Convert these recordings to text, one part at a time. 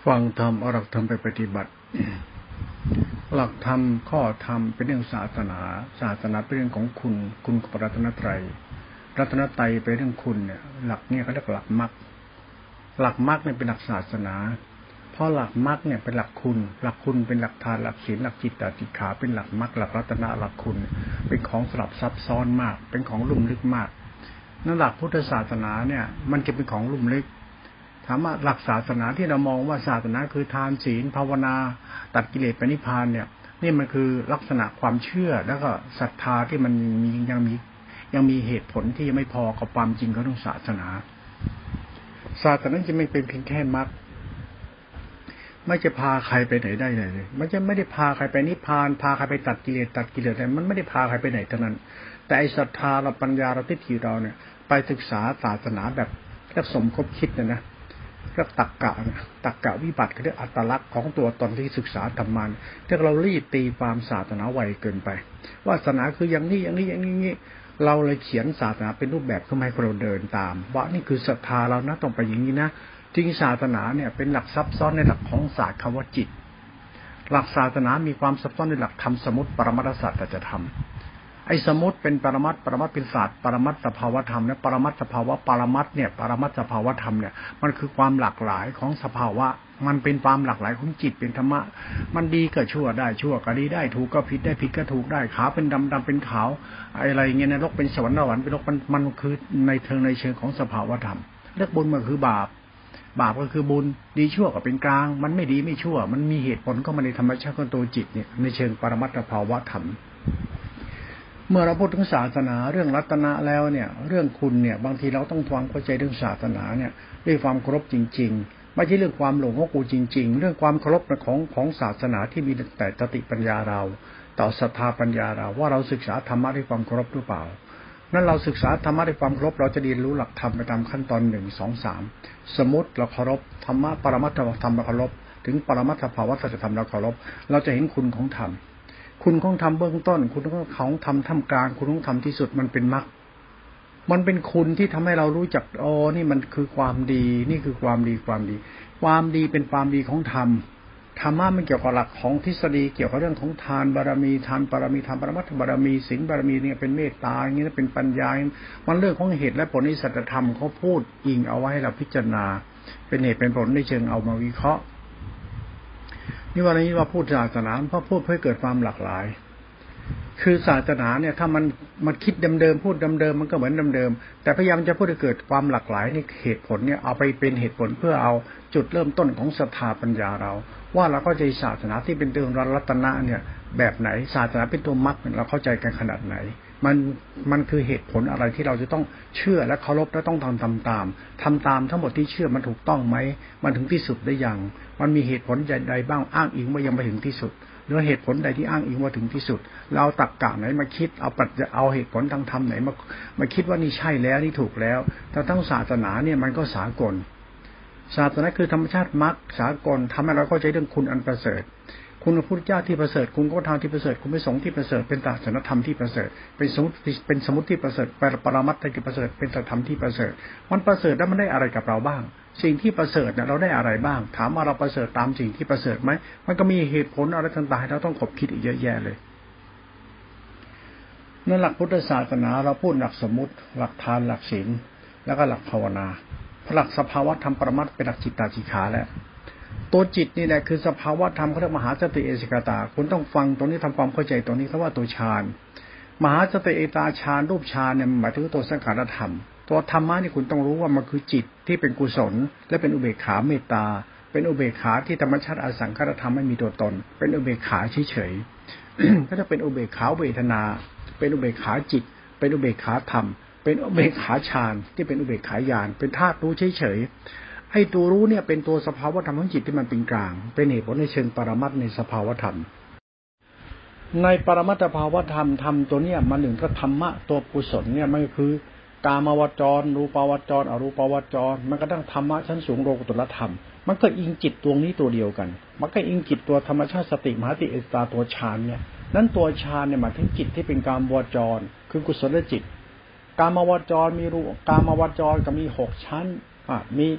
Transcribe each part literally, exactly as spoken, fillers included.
ฟังธรรมเอาหลักธรรมไปปฏิบัติหลักธรรมข้อธรรมเป็นเรื่องศาสนาศาสนาเป็นเรื่องของคุณคุณกับรัตนตรัยรัตนตรัยเป็นเรื่องคุณเนี่ยหลักเนี่ยเขาเรียกหลักมรรคหลักมรรคเนี่ยเป็นหลักศาสนาเพราะหลักมรรคเนี่ยเป็นหลักคุณหลักคุณเป็นหลักทานหลักศีลหลักจิตตติขาเป็นหลักมรรคหลักรัตนะหลักคุณเป็นของสลับซับซ้อนมากเป็นของลุ่มลึกมากนั่นหลักพุทธศาสนาเนี่ยมันจะเป็นของลุ่มลึกถามว่าหลักศาสนาที่เรามองว่าศาสนาคือทานศีลภาวนาตัดกิเลสไปนิพพานเนี่ยนี่มันคือลักษณะความเชื่อแล้วก็ศรัทธาที่มันมียังมียังมีเหตุผลที่ยังไม่พอกับความจริงของศาสนาศาสนาจะไม่เป็นเพียงแค่มรรคไม่จะพาใครไปไหนได้เลยมันจะไม่ได้พาใครไปนิพพานพาใครไปตัดกิเลสตัดกิเลสอะไรมันไม่ได้พาใครไปไหนเท่านั้นแต่ไอ้ศรัทธาเราปัญญาเราทิฏฐิเราเนี่ยไปศึกษาศาสนาแบบแค่สมคบคิดนะนะเรียกตักกะตักกะวิบัติเรียกอัตลักษณ์ของตัวตนที่ศึกษาธรรมะที่เรารีบตีความศาสนาไวเกินไปว่าศาสนาคืออย่างนี้อย่างนี้อย่างนี้เราเลยเขียนศาสนาเป็นรูปแบบขึ้นมาให้เราเดินตามว่านี่คือศรัทธาเรานะต้องไปอย่างนี้นะจริงศาสนาเนี่ยเป็นหลักซับซ้อนในหลักของศาสตร์คำว่าจิตหลักศาสนามีความซับซ้อนในหลักธรรมสมมติปรมัตถศาสตร์จะทำไอ้สมมติเป็นปรมัตถ์ปรมัตถ์เป็นศาสตร์ปรมัตถ์สภาวธรรมและปรมัตถ์สภาวะปรมัตถ์เนี่ยปรมัตถ์สภาวธรรมเนี่ยมันคือความหลากหลายของสภาวะมันเป็นความหลากหลายของจิตเป็นธรรมะมันดีก็ชั่วได้ชั่วก็ดีได้ถูกก็ผิดได้ผิดก็ถูกได้ขาวเป็นดำดำเป็นขาวอะไรเงี้ยนรกเป็นสวรรค์สวรรค์เป็นนรกมันมันคือในเชิงในเชิงของสภาวธรรมเรื่องบุญมันคือบาปบาปก็คือบุญดีชั่วก็เป็นกลางมันไม่ดีไม่ชั่วมันมีเหตุผลก็มาในธรรมชาติของตัวจิตเนี่ยในเชิงปรมัตถภาวธรรมเมื่อเราพูดถึงศาสนาเรื่องรัตนะแล้วเนี่ยเรื่องคุณเนี่ยบางทีเราต้องฟังเข้าใจเรื่องศาสนาเนี่ยด้วยความเคารพจริงๆไม่ใช่เรื่องความหลงของกูจริงๆเรื่องความเคารพของของศาสนาที่มีแต่สติปัญญาเราต่อศรัทธาปัญญาเราว่าเราศึกษาธรรมะด้วยความเคารพหรือเปล่านั่นเราศึกษาธรรมะด้วยความเคารพเราจะเรียนรู้หลักธรรมไปตามขั้นตอนหนึ่งสองสามสมมติเราเคารพธรรมะปรมัตถธรรมเราเคารพถึงปรมัตถภาวะสัจธรรมเราเคารพเราจะเห็นคุณของธรรมคุณของธรรมเบื้องต้นคุณของธรรมท่ามกลางคุณของธรรมที่สุดมันเป็นมรรคมันเป็นคุณที่ทำให้เรารู้จักอ๋อนี่มันคือความดีนี่คือความดีความดีความดีเป็นความดีของธรรมธรรมะมันเกี่ยวกับหลักของทฤษฎีเกี่ยวกับเรื่องของทานบารมีทานบารมีทานปรมัตถบารมีศีลบารมีเนี่ยเป็นเมตตาอย่างนี้เป็นปัญญามันเรื่องของเหตุและผลในสัจธรรมเขาพูดอิงเอาไว้ให้เราพิจารณาเป็นเหตุเป็นผลในเชิงเอามาวิเคราะห์นี่วันนี้ว่าพูดศาสนาเพราะพูดเพื่อเกิดความหลากหลายคือศาสนาเนี่ยถ้ามันมันคิดเดิมๆพูดเดิมๆมันก็เหมือนเดิมๆแต่พยายามจะพูดให้เกิดความหลากหลายในเหตุผลเนี่ยเอาไปเป็นเหตุผลเพื่อเอาจุดเริ่มต้นของศรัทธาปัญญาเราว่าเราเข้าใจศาสนาที่เป็นตัวรัตนะเนี่ยแบบไหนศาสนาเป็นตัวมรรคเราเข้าใจกันขนาดไหนมันมันคือเหตุผลอะไรที่เราจะต้องเชื่อและเคารพและต้องทำทำตามทำตามทั้งหมดที่เชื่อมันถูกต้องไหมมันถึงที่สุดได้ยังมันมีเหตุผลใดบ้างอ้างอิงว่ายังไม่ถึงที่สุดหรือเหตุผลใดที่อ้างอิงว่าถึงที่สุดเราตรรกะไหนมาคิดเอาปัจจัยเอาเหตุผลทางธรรมไหนมามาคิดว่านี่ใช่แล้วนี่ถูกแล้วแต่ทั้งศาสนาเนี่ยมันก็สากลศาสนาคือธรรมชาติมรรคสากลทำให้เราเข้าใจเรื่องคุณอันประเสริฐคุณพระพุทธเจ้าที่ประเสริฐคุณพระธรรมที่ประเสริฐคุณพระสงฆ์ที่ประเสริฐเป็นศาสนธรรมที่ประเสริฐเป็นสมุติเป็นสมุติที่ประเสริฐเป็นปรมัตถ์ที่ประเสริฐเป็นสัจธรรมที่ประเสริฐมันประเสริฐแล้วมันได้อะไรกับเราบ้างสิ่งที่ประเสริฐเนี่ยเราได้อะไรบ้างถามว่าเราประเสริฐตามสิ่งที่ประเสริฐไหมมันก็มีเหตุผลอะไรต่างๆเราต้องขบคิดอีกเยอะแยะเลยในหลักพุทธศาสนาเราพูดหลักสมมุติหลักทานหลักศีลแล้วก็หลักภาวนาหลักสภาวะธรรมปรมัตถ์เป็นหลักจิตตาจิขาแล้วตัวจิตนี่แหละคือสภาวะธรรมเขาเรียกมหาสติเอสิกตาคุณต้องฟังตรงนี้ทำความเข้าใจตรงนี้เขาว่าตัวฌานมหาสติเอตาฌานรูปฌานเนี่ยหมายถึงตัวสังขารธรรมตัวธรรมะนี่คุณต้องรู้ว่ามันคือจิตที่เป็นกุศลและเป็นอุเบกขาเมตตาเป็นอุเบกขาที่ธรรมชาติอสังขารธรรมไม่มีตัวตนเป็นอุเบกขาเฉยๆก็จะเป็นอุเบกขาเวทนาเป็นอุเบกขาจิตเป็นอุเบกขาธรรมเป็นอุเบกขาฌานที่เป็นอุเบกขาญาณเป็นธาตุรู้เฉยๆให้ตัวรู้เนี่ยเป็นตัวสภาวะธรรมของจิตที่มันเป็นกลางเป็นเหตุผลในเชิงปรมัตถ์ในสภาวะธรรมในปรมัตถภาวะธรรมธรรมตัวเนี้ยมันหนึ่งก็ธรรมะตัวกุศลเนี่ยมันคือกามวจรรูปวจรอรูปวจรมันก็ต้องธรรมะชั้นสูงโลกุตตรธรรมมันก็อิงจิตตัวนี้ตัวเดียวกันมันก็อิงจิตตัวธรรมชาติสติมหาสติเอสตาตัวฌานเนี่ยนั้นตัวฌานเนี่ยหมายถึงจิตที่เป็นกามวจรคือกุศลจิตกามวจรมีรูปกามวจรก็มีหกชั้นอ่ะมี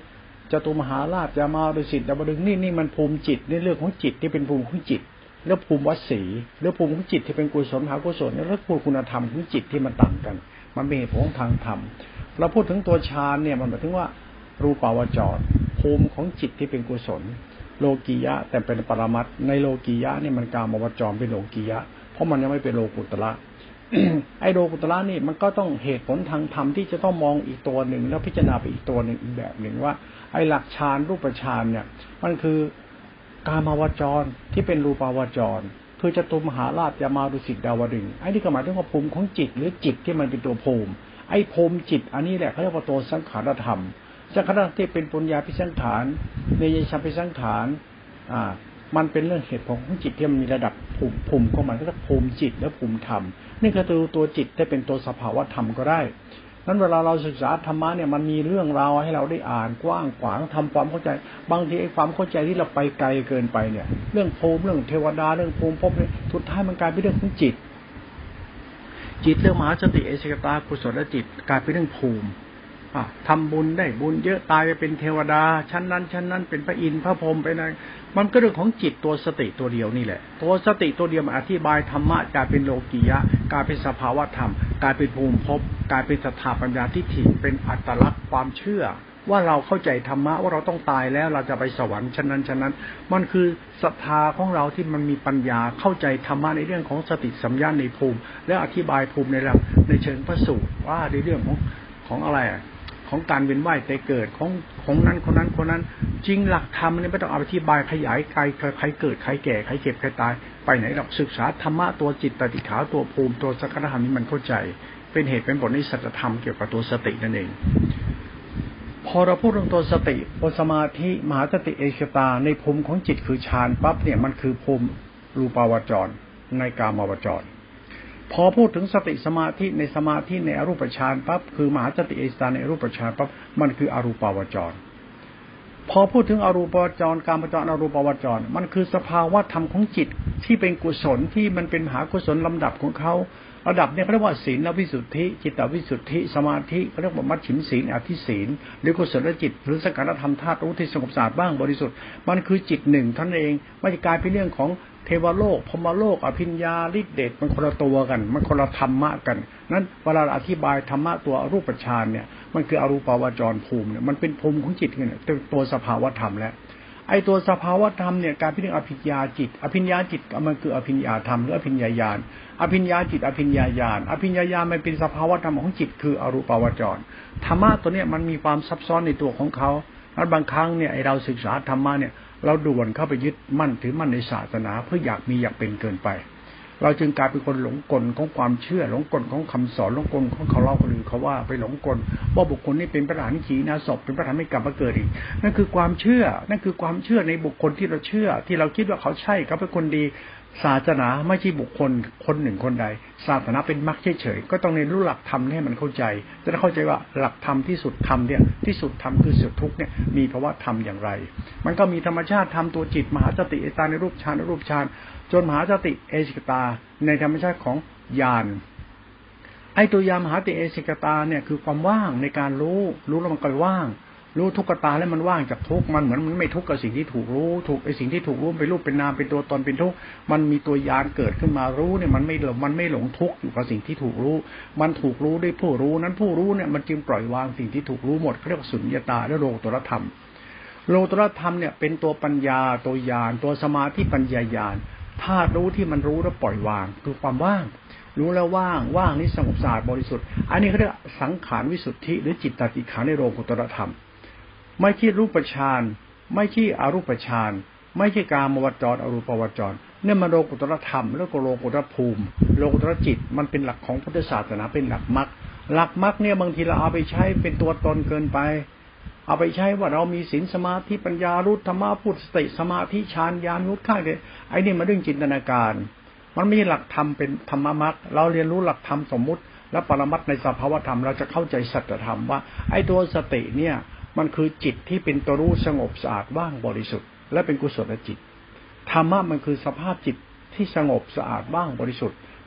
จตุมหาราชยามาดุสิตดาวดึงนี่นี่มันภูมิจิตในเรื่องของจิตที่เป็นภูมิของจิตแล้วภูมิวสีแล้วภูมิของจิตที่เป็นกุศลหากุศลแล้วภูมิคุณธรรมของจิตที่มันต่างกันมันมีเหตุผลทางธรรมเราพูดถึงตัวฌานเนี่ยมันหมายถึงว่ารูปาวจรภูมิของจิตที่เป็นกุศลโลกียะแต่เป็นปรมัตถ์ในโลกียะนี่มันกามาวจรเป็นโลกียะเพราะมันยังไม่เป็นโลกุตระ ไอโลกุตระนี่มันก็ต้องเหตุผลทางธรรมที่จะต้องมองอีกตัวหนึ่งแล้วพิจารณาไปอีกตัวหนึ่งอีกแบบหนึ่งว่าไอหลักฌานรูปฌานเนี่ยมันคือกามาวจรที่เป็นรูปาวจรคือจตุมหาราชยามาดุสิตดาวดึงไอ้นี่ก็หมายถึงว่าภูมิของจิตหรือจิตที่มันเป็นตัวภูมิไอ้ภูมิจิตอันนี้แหละเขาเรียกว่าตัวสังขารธรรมสังขารที่เป็นปุญญาภิสังขารเนยชาภิสังขารอ่ามันเป็นเรื่องเหตุผลของจิตที่มันมีระดับภูมิภูมิของมันก็จะภูมิจิตและภูมิธรรมนี่คือตัวตัวจิตได้เป็นตัวสภาวะธรรมก็ได้นั้นเวลาเราศึกษาธรรมะเนี่ยมันมีเรื่องราวให้เราได้อ่านกว้างขวางทำความเข้าใจบางทีไอ้ความเข้าใจที่เราไปไกลเกินไปเนี่ยเรื่องภูมิเรื่องเทวดาเรื่องภูมิภพเนี่ยสุดท้ายมันกลายเป็นเรื่องของจิตจิตเรื่องมหาสติเอสิกตากุศลจิตกลายเป็นเรื่องภูมิอ่ะทำบุญได้บุญเยอะตายไปเป็นเทวดาชั้นนั้นชั้นนั้นเป็นพระอินทร์พระพรหมไปไหนมันก็เรื่องของจิตตัวสติตัวเดียวนี่แหละตัวสติตัวเดียวมันอธิบายธรรมะกลายเป็นโลกียะกลายเป็นสภาวะธรรมกลายเป็นภูมิภพกลายเป็นศรัทธาปัญญาทิฏฐิเป็นอัตลักษณ์ความเชื่อว่าเราเข้าใจธรรมะว่าเราต้องตายแล้วเราจะไปสวรรค์ชั้นนั้นชั้นนั้นมันคือศรัทธาของเราที่มันมีปัญญาเข้าใจธรรมะในเรื่องของสติสัมยาในภูมิและอธิบายภูมิในระดับในเชิงพระสูตรว่าในเรื่องของของอะไรของการเวียนว่ายตายเกิดของของนั้นคนนั้นคนนั้นจริงหลักธรรมนี่ไม่ต้องอธิบายขยายใครใครเกิดใครแก่ใครเจ็บใครตายไปไหนหรอกศึกษาธรรมะตัวจิตตติขาตัวภูมิตัวสังขารธรรมนี่มันเข้าใจเป็นเหตุเป็นผลในสัจธรรมเกี่ยวกับตัวสตินั่นเองพอเราพูดเรื่องตัวสติตัวสมาธิมหาสติเอชตาในภูมิของจิตคือฌานปั๊บเนี่ยมันคือภูมิรูปาวจรในกามาวจรพอพูดถึงสติสมาธิในสมาธิในอรูปฌานปั๊บคือมหาสติเอชตาในอรูปฌานปั๊บมันคืออรูปาวจรพอพูดถึงอรูปาวจรกามาวจรอรูปาวจรมันคือสภาวะธรรมของจิตที่เป็นกุศลที่มันเป็นมหากุศลลำดับของเขาระดับเนี่ยเขาเรียกว่าศีลวิสุทธิจิตวิสุทธิสมาธิเขาเรียกว่ามัชฌิมศีลอธิศีลหรือกุศลจิตหรือสังขารธรรมธาตุรู้ที่สงบสะอาดบ้างบริสุทธิ์มันคือจิตหนึ่งท่านเองไม่กลายเป็นเรื่องของเทวโลกพรหมโลกอภิญญาฤทธิเดชมันคนละตัวกันมันคนละธรรมะกันนั้นเวลาอธิบายธรรมะตัวรูปฌานเนี่ยมันคืออรูปาวจรภูมิเนี่ยมันเป็นภูมิของจิตเนี่ยตัวสภาวธรรมแล้วไอ้ตัวสภาวธรรมเนี่ยการพิจารณาอภิญญาจิตอภิญญาจิตมันคืออภิญญาธรรมหรืออภิญญาญาณอภิญญาจิตอภิญญาญาณอภิญญาญาณมันเป็นสภาวธรรมของจิตคืออรูปาวจรธรรมะตัวเนี้ยมันมีความซับซ้อนในตัวของเขาแล้วบางครั้งเนี่ยไอ้เราศึกษาธรรมะเนี่ยเราด่วนเข้าไปยึดมั่นถือมั่นในศาสนาเพื่ออยากมีอยากเป็นเกินไปเราจึงกลายเป็นคนหลงกลของความเชื่อหลงกลของคำสอนหลงกลของเขาเล่าคนอื่นเขาว่าไปหลงกลว่าบุคคลนี้เป็นพระอรหันต์ขีณาศพเป็นพระอรหันต์ไม่กลับมาเกิดอีกนั่นคือความเชื่อนั่นคือความเชื่อในบุคคลที่เราเชื่อที่เราคิดว่าเขาใช่เขาเป็นคนดีศาสนาไม่ใช่บุคคลคนหนึ่งคนใดศาสนาเป็นมรรคเฉยๆก็ต้องเรียนรู้หลักธรรมให้มันเข้าใจจะได้เข้าใจว่าหลักธรรมที่สุดธรรมเนี่ยที่สุดธรรมคือสุดทุกข์เนี่ยมีภาวะธรรมอย่างไรมันก็มีธรรมชาติธรรมตัวจิตมหาสติเอตาในรูปฌานในรูปฌานจนมหาสติเอสิกตาในธรรมชาติของญาณไอ้ตัวยามหาสติเอสิกตาเนี่ยคือความว่างในการรู้รู้แล้วมันก็ว่างรู้ทุกขตาแล้วมันว่างจากทุกข์มันเหมือนมันไม่ทุกข์กับสิ่งที่ถูกรู้ถูกไอ้สิ่งที่ถูกรู้เป็นรูปเป็นนามเป็นตัวตนเป็นทุกข์มันมีตัวยานเกิดขึ้นมารู้เนี่ยมันไม่หลงมันไม่หลงทุกข์อยู่กับสิ่งที่ถูกรู้มันถูกรู้ด้วยผู้รู้นั้นผู้รู้เนี่ยมันจึงปล่อยวางสิ่งที่ถูกรู้หมดเรียกว่าสุญญตาและโลกุตตรธรรมโลกุตตรธรรมเนี่ยเป็นตัวปัญญาตัวญาณตัวสมาธิปัญญาญาณธาตุรู้ที่มันรู้แล้วปล่อยวางคือความว่างรู้แล้วว่างว่างนี้สงบสะอาดบริสุทธิ์อันนี้เขาเรียกสังขารวิสุทธิหรือจิตตติขาในโลกุตตรธรรมไม่ใช่รูปฌานไม่ใช่อรูปฌานไม่ใช่กามวจรอรูปวจรเนี่ยมันโลกุตตรธรรมแล้วก็โลกุตตรภูมิโลกุตตรจิตมันเป็นหลักของพุทธศาสนาเป็นหลักมรรคหลักมรรคเนี่ยบางทีเราเอาไปใช้เป็นตัวตนเกินไปเอาไปใช้ว่าเรามีศีลสมาธิปัญญารู้ธรรมะพุทธสติสมาธิฌานญาณรู้ข้างเลยไอ้นี่มันเรื่องจินตนาการมันไม่ใช่หลักธรรมเป็นธรรมมรรคเราเรียนรู้หลักธรรมสมมุติและปรมัตถ์ในสภาวธรรมเราจะเข้าใจสัจธรรมว่าไอ้ตัวสติเนี่ยมันคือจิตที่เป็นตัวรู้สงบสะอาดว่างบริสุทธิ์และเป็นกุศลจิตธรรมะมันคือสภาพจิตที่สงบสะอาดว่างบริสุทธิ์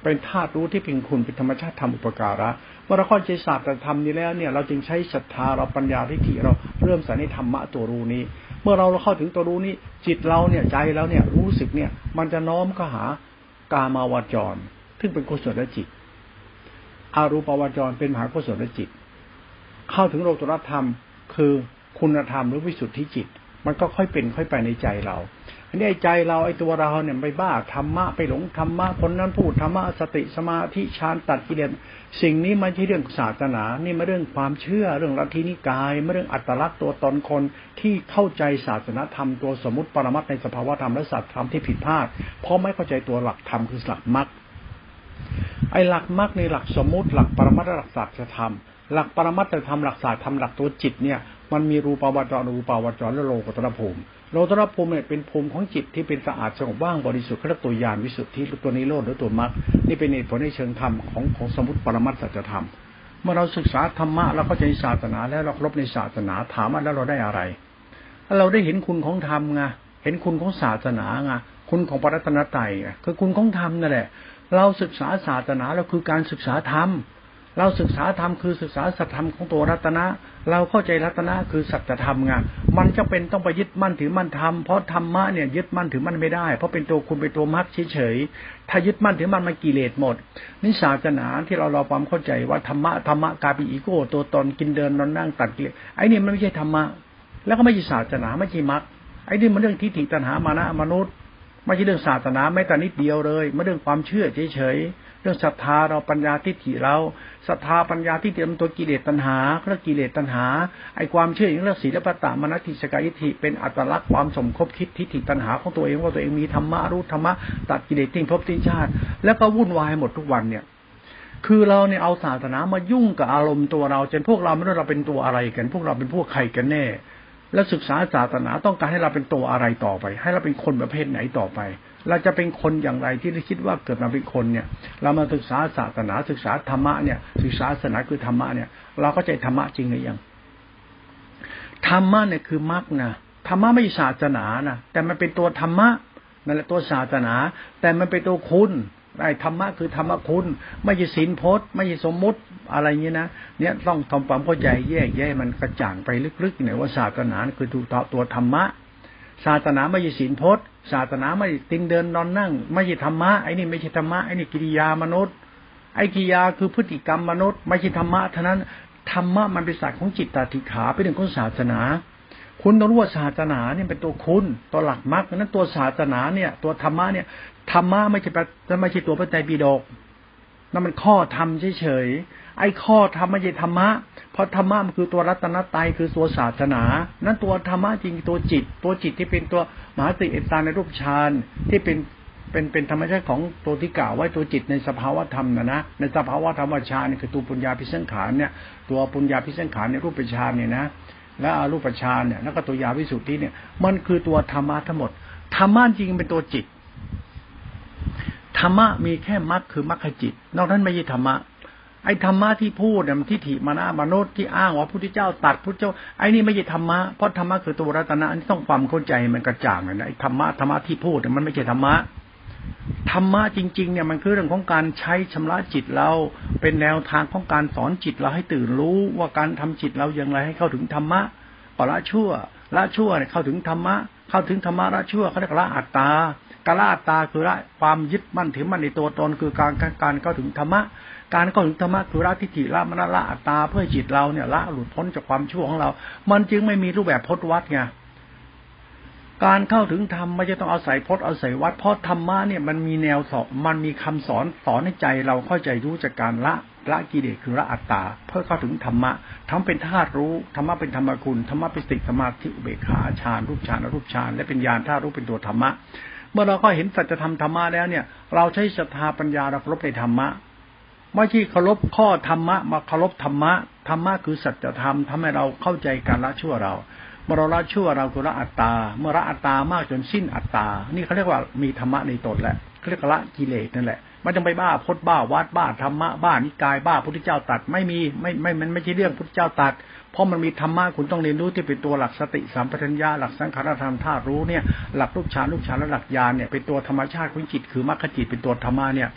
เป็นธาตุรู้ที่เป็นคุณเป็นธรรมชาติธรรมอุปการะเมื่อเราเข้าใจศาสตร์ธรรมนี้แล้วเนี่ยเราจึงใช้ศรัทธาเราปัญญาทิฏฐิเราเริ่มใส่ในธรรมะตัวรู้นี้เมื่อเราเข้าถึงตัวรู้นี้จิตเราเนี่ยใจเราเนี่ยรู้สึกเนี่ยมันจะน้อมเข้าหากามาวจรซึ่งเป็นกุศลจิตอารูปาวจรเป็นมหากุศลจิตเข้าถึงโลกุตตรธรรมคือคุณธรรมหรือวิสุทธิจิตมันก็ค่อยเป็นค่อยไปในใจเราอันนี้ไอ้ใจเราไอ้ตัวเราเนี่ยไปบ้าธรรมะไปหลงธรรมะคนนั้นพูดธรรมะสติสมาธิฌานตัดกิเลสสิ่งนี้ไม่ใช่เรื่องศาสนานี่ไม่เรื่องความเชื่อเรื่องลัทธินิกายไม่เรื่องอัตลักษณ์ตัวตนคนที่เข้าใจศาสนธรรมตัวสมมติปรมัตถ์ในสภาวธรรมและสัจธรรมที่ผิดพลาดเพราะไม่เข้าใจตัวหลักธรรมคือหลักมรรคไอ้หลักมรรคในหลักสมมติหลักปรมัตถ์หลักสัจธรรมหลักปรมัตถธรรมหลักศาสตร์ธรรมหลักตัวจิตเนี่ยมันมีรูปาวจรรูปาวจรและโลกุตตรภูมิโลกุตตรภูมิเนี่ยเป็นภูมิของจิตที่เป็นสะอาดสงบว่างบริสุทธิ์เรียกตัวญาณวิสุทธิตัวนิโรธหรือตัวมรรคนี่เป็นเหตุผลในเชิงธรรมของของสมมติปรมัตถสัจธรรมเมื่อเราศึกษาธรรมะเราเข้าใจศาสนาแล้วเราเคารพในศาสนาถามว่าแล้วเราได้อะไรเราได้เห็นคุณของธรรมไงเห็นคุณของศาสนาไงคุณของพระรัตนตรัยไงคือคุณของธรรมนั่นแหละเราศึกษาศาสนาเราคือการศึกษาธรรมเราศึกษาธรรมคือศึกษาสัจธรรมของตัวรัตนะเราเข้าใจรัตนะคือสัจธรรมไงมันจะเป็นต้องไปยึดมั่นถือมั่นธรรมเพราะธรรมะเนี่ยยึดมั่นถือมั่นไม่ได้เพราะเป็นตัวคุณเป็นตัวมรรคเฉยๆถ้ายึดมั่นถือมั่นมันกิเลสหมดนี่ศาสนาที่เราเราความเข้าใจว่าธรรมะธรรมะกลายเป็นอีโก้ตัวตนกินเดินนอนนั่งตัดกิเลสไอ้นี่มันไม่ใช่ธรรมะแล้วก็ไม่ใช่ศาสนาไม่ใช่มรรคไอ้นี่มันเรื่องทิฏฐิตัณหามานะมนุษย์ไม่ใช่เรื่องศาสนาแม้แต่นิดเดียวเลยไม่เรื่องความเชื่อเฉยๆเรื่องศรัทธาเราปัญญาทิฏฐิเราศรัทธาปัญญาทิฏฐิมันตัวกิเลสตัณหาเรื่องกิเลสตัณหาไอ้ความเชื่ออย่างเรื่องศีลปตะมนติสกายทิฏฐิเป็นอัตลักษณ์ความสมคบคิดทิฏฐิตัณหาของตัวเองว่าตัวเองมีธรรมะรู้ธรรมะตัดกิเลสทิ้งภพทิ้งชาติแล้วก็วุ่นวายหมดทุกวันเนี่ยคือเราเนี่ยเอาศาสนามายุ่งกับอารมณ์ตัวเราจนพวกเราไม่รู้เราเป็นตัวอะไรกันพวกเราเป็นพวกใครกันแน่แล้วศึกษาศาสนาต้องการให้เราเป็นตัวอะไรต่อไปให้เราเป็นคนประเภทไหนต่อไปเราจะเป็นคนอย่างไรที่ได้คิดว่าเกิดมาเป็นคนเนี่ยเรามาศึกษาศาสนาศึกษาธรรมะเนี่ยศึกษาศาสนาคือธรรมะเนี่ยเราเข้าใจธรรมะจริงหรือยังธรรมะเนี่ยคือมรรคนะธรรมะไม่ใช่ศาสนานะแต่มันเป็นตัวธรรมะนั่นแหละตัวศาสนาแต่มันเป็นตัวคุณไอ้ธรรมะคือธรรมะคุณไม่ใช่ศีลพจน์ไม่ใช่สมมุติอะไรเงี้ยนะเนี่ยต้องทำความเข้าใจแยกแยะมันกระจ่างไปลึกๆเนี่ยว่าศาสนาคือตัวตัวธรรมะศาสนาไม่ใช่ศีลพจน์ศาสนาไม่ติงเดินนอนนั่งไม่ใช่ธรรมะไอ้นี่ไม่ใช่ธรรมะไอ้นี่กิริยามนุษย์ไอ้กิริยาคือพฤติกรรมมนุษย์ไม่ใช่ธรรมะเท่านั้นธรรมะมันเป็นศาสตร์ของจิตตติขาเป็นเรื่องของศาสนาคุณต้องรู้ว่าศาสนาเนี่ยเป็นตัวคุณตัวหลักมรรคนั้นตัวศาสนาเนี่ยตัวธรรมะเนี่ยธรรมะไม่ใช่ไม่ใช่ตัวพระไตรปิฎกนั่นมันข้อธรรมเฉยๆไอ้ข้อธรรมไม่ใช่ธรรมะเพราะธรรมะมันคือตัวรัตนตรัยคือตัวศาสนานั้นตัวธรรมะจริงตัวจิตตัวจิตที่เป็นตัวมหาสติเอตตาในรูปฌานที่เป็นเป็นเป็นธรรมชาติของตัวที่กล่าวไว้ตัวจิตในสภาวธรรมนะนะในสภาวธรรมฌานนี่คือตัวปุญญาภิสังขารเนี่ยตัวปุญญาภิสังขารในรูปฌานเนี่ยนะและอรูปฌานเนี่ยแล้วก็ตัวยาวิสุทธิเนี่ยมันคือตัวธรรมะทั้งหมดธรรมะจริงเป็นตัวจิตธรรมะมีแค่มรรคคือมรรคจิตนอกนั้นไม่ใช่ธรรมะไอ้ธรรมะที่พูดเนี่ยมันทิฏฐิมานะมนุษย์ที่อ้างว่าพระพุทธเจ้าตัดพระเจ้าไอ้นี่ไม่ใช่ธรรมะเพราะธรรมะคือตัวรัตนะอันนี้ต้องความเข้าใจมันกระจ่างเลยนะไอ้ธรรมะธรรมะที่พูดเนี่ยมันไม่ใช่ธรรมะธรรมะจริงๆเนี่ยมันคือเรื่องของการใช้ชำระจิตเราเป็นแนวทางของการสอนจิตเราให้ตื่นรู้ว่าการทำจิตเราอย่างไรให้เข้าถึงธรรมะก็ละชั่วละชั่วเนี่ยเข้าถึงธรรมะเข้าถึงธรรมะละชั่วเขาเรียกละอัตตาการละอัตตาคือละความยึดมั่นถือมั่นในตัวตนคือการการเข้าถึงธรรมะการเข้าถึงธรรมะคือละทิฏฐิละมรณะละอัตตาเพื่อจิตเราเนี่ยละหลุดพ้นจากความชั่วของเรามันจึงไม่มีรูปแบบพจน์วัดไงการเข้าถึงธรรมไม่จะต้องอาศัยพจน์อาศัยวัดเพราะธรรมะเนี่ยมันมีแนวสอนมันมีคำสอนสอนให้ใจเราเข้าใจรู้จากการละละกิเลสคือละอัตตาเพื่อเข้าถึงธรรมะธรรมเป็นธาตุรู้ธรรมะเป็นธรรมคุณธรรมะเป็นสติสมาธิอุเบกขาฌานรูปฌานอรูปฌานและเป็นญาณธาตุรู้เป็นตัวธรรมะเมื่อเราก็เห็นสัจธรรมธรรมะแล้วเนี่ยเราใช้ศรัทธาปัญญาเราเคารพในธรรมะไม่ใช่เคารพข้อธรรมะมาเคารพธรรมะธรรมะคือสัจธรรมทำให้เราเข้าใจการละชั่วเราเมื่อเราละชั่วเราคือละอัตตาเมื่อละอัตตามากจนสิ้นอัตตานี่เขาเรียกว่ามีธรรมะในตนแหละเขาเรียกละกิเลสนั่นแหละไม่ต้องไปบ้าพจน์บ้าวัดบ้าธรรมะบ้านิกายบ้าพุทธเจ้าตัดไม่มีไม่ไม่มันไม่ใช่เรื่องพุทธเจ้าตัดเพราะมันมีธรรมะคุณต้องเรียนรู้ที่เป็นตัวหลักสติสัมปชัญญะหลักสังขารธรรมธาตุรู้เนี่ยหลักรูปฌานรูปฌานและหลักญาณเนี่ยเป็นตัวธรรมชาติของจิตคือมรรคจิตเป็นตัวธรรมะเนี่ย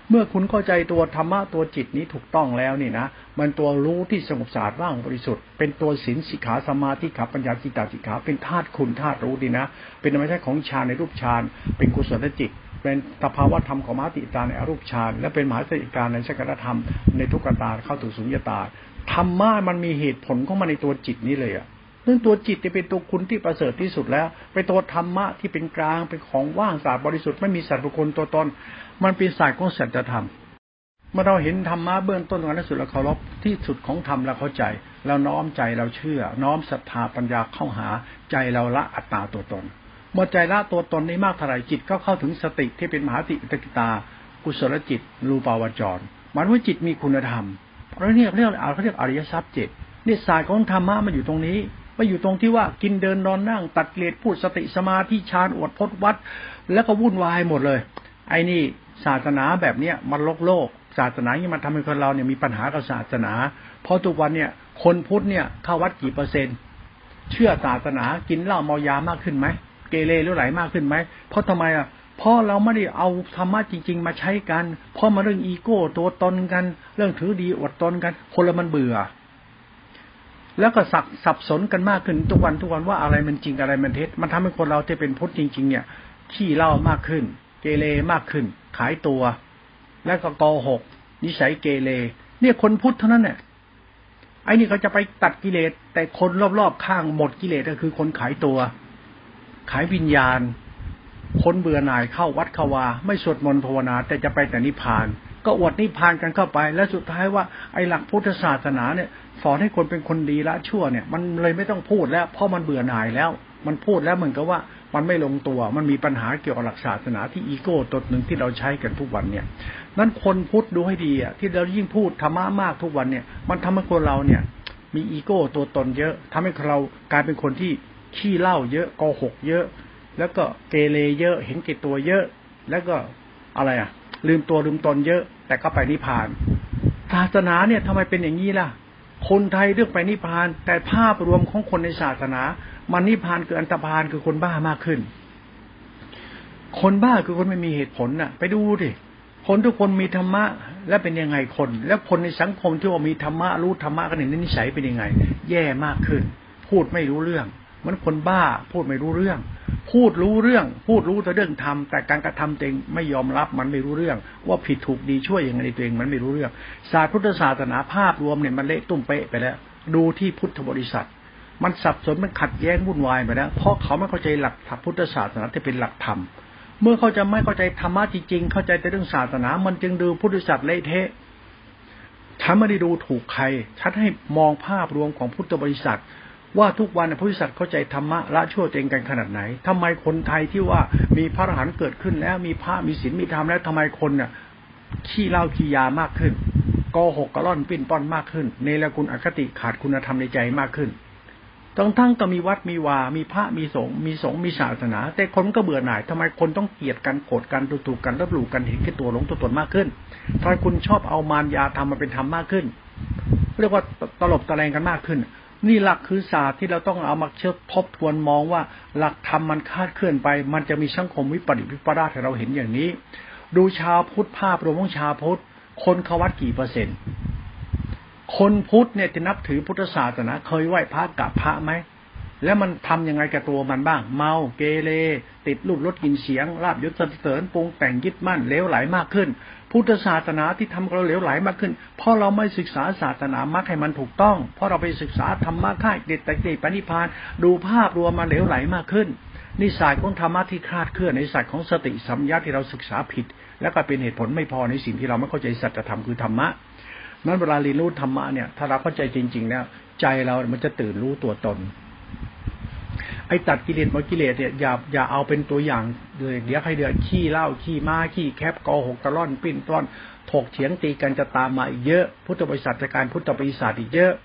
เมื่อคุณเข้าใจตัวธรรมะตัวจิตนี้ถูกต้องแล้วนี่นะมันตัวรู้ที่สงบสะอาดว่างบริสุทธิ์เป็นตัวศีลสิกขาสมาธิขับปัญญาจิตตสิกขาเป็นธาตุคุณธาตุรู้ดีนะเป็นธรรมชาติของฌานในรูปฌานเป็นกุศลจิตเป็นสภาวะธรรมของมหาติตาในอรูปฌานและเป็นมหาสติการในสังขารธรรมในทุกขตาเข้าถึงสุญญตาธรรมะมันมีเหตุผลของมันในตัวจิตนี้เลยอ่ะเรื่องตัวจิตจะเป็นตัวคุณที่ประเสริฐที่สุดแล้วเป็นตัวธรรมะที่เป็นกลางเป็นของว่างสะอาดบริสุทธิ์ไม่มีสัตว์บุคคลตัวตนมันเป็นศาสตร์ของสัจธรรมเมื่อเราเห็นธรรมะเบื้องต้นของนั้นสุดเราเคารพที่สุดของธรรมเราเข้าใจเราน้อมใจเราเชื่อน้อมศรัทธาปัญญาเข้าหาใจเราละอัตตาตัวตนเมื่อใจละตัวตนนี้มากเท่าไหร่จิตก็เข้าถึงสติที่เป็นมหาติตกิตากุศลจิตรูปาวจรมันว่าจิตมีคุณธรรมเพราะนี่เรียกเขาเรียกอริยทรัพย์เจ็ดนี่ศาสตร์ของธรรมะมันอยู่ตรงนี้ไม่อยู่ตรงที่ว่ากินเดินนอนนั่งตัดกิเลสพูดสติสมาธิฌานอวดพจน์วัดแล้วก็วุ่นวายหมดเลยไอ้นี่ศาสนาแบบเนี้ยมันโลกโลกศาสนาที่มันทำให้คนเราเนี่ยมีปัญหากับศาสนาเพราะทุกวันเนี่ยคนพุทธเนี่ยเข้าวัดกี่เปอร์เซ็นต์เชื่อศาสนากินเหล้าเมายามากขึ้นไหมเกเรหรือไหลมากขึ้นไหมเพราะทำไมอ่ะเพราะเราไม่ได้เอาธรรมะจริงๆมาใช้กันเพราะมาเรื่องอีโก้ตัวตนกันเรื่องถือดีอวดตนกันคนละมันเบื่อแล้วก็สับสับสนกันมากขึ้นทุกวันทุกวันว่าอะไรมันจริงอะไรมันเท็จมันทำให้คนเราที่เป็นพุทธจริงๆเนี่ยขี้เหล้ามากขึ้นเกเรมากขึ้นขายตัวแล้วก็โกหกนิสัยเกเรเนี่ยคนพุทธเท่านั้นเนี่ยไอ้นี่เขาจะไปตัดกิเลสแต่คนรอบๆข้างหมดกิเลสก็คือคนขายตัวขายวิญญาณคนเบื่อหน่ายเข้าวัดเข้าวาไม่สวดมนต์ภาวนาแต่จะไปแต่นิพพานก็อวดนิพพานกันเข้าไปแล้วสุดท้ายว่าไอ้หลักพุทธศาสนาเนี่ยสอนให้คนเป็นคนดีละชั่วเนี่ยมันเลยไม่ต้องพูดแล้วเพราะมันเบื่อหน่ายแล้วมันพูดแล้วเหมือนกับว่ามันไม่ลงตัวมันมีปัญหาเกี่ยวกับหลักศาสนาที่อีโก้ตัวหนึ่งที่เราใช้กันทุกวันเนี่ยนั้นคนพุทธดูให้ดีอ่ะที่เรายิ่งพูดธรรมะมากทุกวันเนี่ยมันทำให้คนเราเนี่ยมีอีโก้ตัวตนเยอะทำให้เรากลายเป็นคนที่ขี้เหล้าเยอะโกหกเยอะแล้วก็เกเรเยอะเห็นแก่ตัวเยอะแล้วก็อะไรอ่ะลืมตัวลืมตนเยอะแต่ก็ไปนิพพานศาสนาเนี่ยทำไมเป็นอย่างนี้ล่ะคนไทยเลือกไปนิพพานแต่ภาพรวมของคนในศาสนามันนิพพานคืออันตรพานคือคนบ้ามากขึ้นคนบ้าคือคนไม่มีเหตุผลน่ะไปดูดิคนทุกคนมีธรรมะแล้วเป็นยังไงคนแล้วคนในสังคมที่ว่ามีธรรมะรู้ธรรมะกันเนี่ยนิสัยเป็นยังไงแย่มากขึ้นพูดไม่รู้เรื่องมันคนบ้าพูดไม่รู้เรื่องพูดรู้เรื่องพูดรู้แต่เรื่องทำแต่การกระทำตัวเองไม่ยอมรับมันไม่รู้เรื่องว่าผิดถูกดีช่วยยังไงตัวเองมันไม่รู้เรื่องศาสตร์พุทธศาสนาภาพรวมเนี่ยมันเละตุ้มเป๊ะไปแล้วดูที่พุทธบริษัทมันสับสนมันขัดแย้งวุ่นวายไปแล้วเพราะเขาไม่เข้าใจหลักพุทธศาสนาที่เป็นหลักธรรมเมื่อเขาจะไม่เข้าใจธรรมะจริงๆเข้าใจแต่เรื่องศาสนามันจึงดูพุทธศาสนาเละเทะฉันไม่ได้ดูถูกใครฉันให้มองภาพรวมของพุทธบริษัทว่าทุกวันพุทธศาสนาเข้าใจธรรมะละชั่วตัวเองกันขนาดไหนทำไมคนไทยที่ว่ามีพระอรหันต์เกิดขึ้นแล้วมีพระมีศีลมีธรรมแล้วทำไมคนเนี่ยขี้เหล้าขี้ยามากขึ้นโกหกกระล่อนปิ้นป้อนมากขึ้นเนรคุณอคติขาดคุณธรรมในใจมากขึ้นทั้งทั้งก็มีวัดมีวามีพระมีสงฆ์มีสงฆ์มีศาสนาแต่คนก็เบื่อหน่ายทำไมคนต้องเกลียดกันโกรธกันดูถูกกันลบหลู่กันเห็นแก่ตัวหลงตัวตนมากขึ้นทำไมคุณชอบเอามารยาธรรมมาเป็นธรรมมากขึ้นเรียกว่าตลบตะแลงกันมากขึ้นนี่หลักคือศาสตร์ที่เราต้องเอามาเชื่อทบทวนมองว่าหลักธรรมมันคาดเคลื่อนไปมันจะมีสังคมวิปริตวิปลาสให้เราเห็นอย่างนี้ดูชาวพุทธภาพรวมของชาวพุทธคนเขาวัดกี่เปอร์เซ็นต์คนพุทธเนี่ยจะนับถือพุทธศาสนาเคยไหว้พระกับพระไหมแล้วมันทำยังไงกับตัวมันบ้างเมาเกเรติดรูปรสกลิ่นเสียงลาบยศสรรเสริญปรุงแต่งยึดมั่นเลวไหลมากขึ้นพุทธศาสนาที่ทำเราเหลวไหลมากขึ้นเพราะเราไม่ศึกษาศาสนามรรคให้มันถูกต้องเพราะเราไปศึกษาธรรมะค่ายเด็ดแต่เด็ดปณิพานดูภาพรวมมาเหลวไหลมากขึ้นนิสัยของธรรมะที่คลาดเคลื่อนในศาสตร์ของสติสัมยาที่เราศึกษาผิดแล้วก็เป็นเหตุผลไม่พอในสิ่งที่เราไม่เข้าใจสัจธรรมคือธรรมะนั้นเวลาเรียนรู้ธรรมะเนี่ยถ้าเราเข้าใจจริงๆแล้วใจเรามันจะตื่นรู้ตัวตนไอ้ตัดกิเลสหมดกิเลสเนี่ยอย่าอย่าเอาเป็นตัวอย่างเลยเดี๋ยวใครเดือดขี้เหล้าขี้ม้าขี้แคบโกหกตะล่อนปิ้นต้อนถกเถียงตีกันจะตามมาอีกเยอะพุทธบริษัทการพุทธบริษัทอีกเยอะ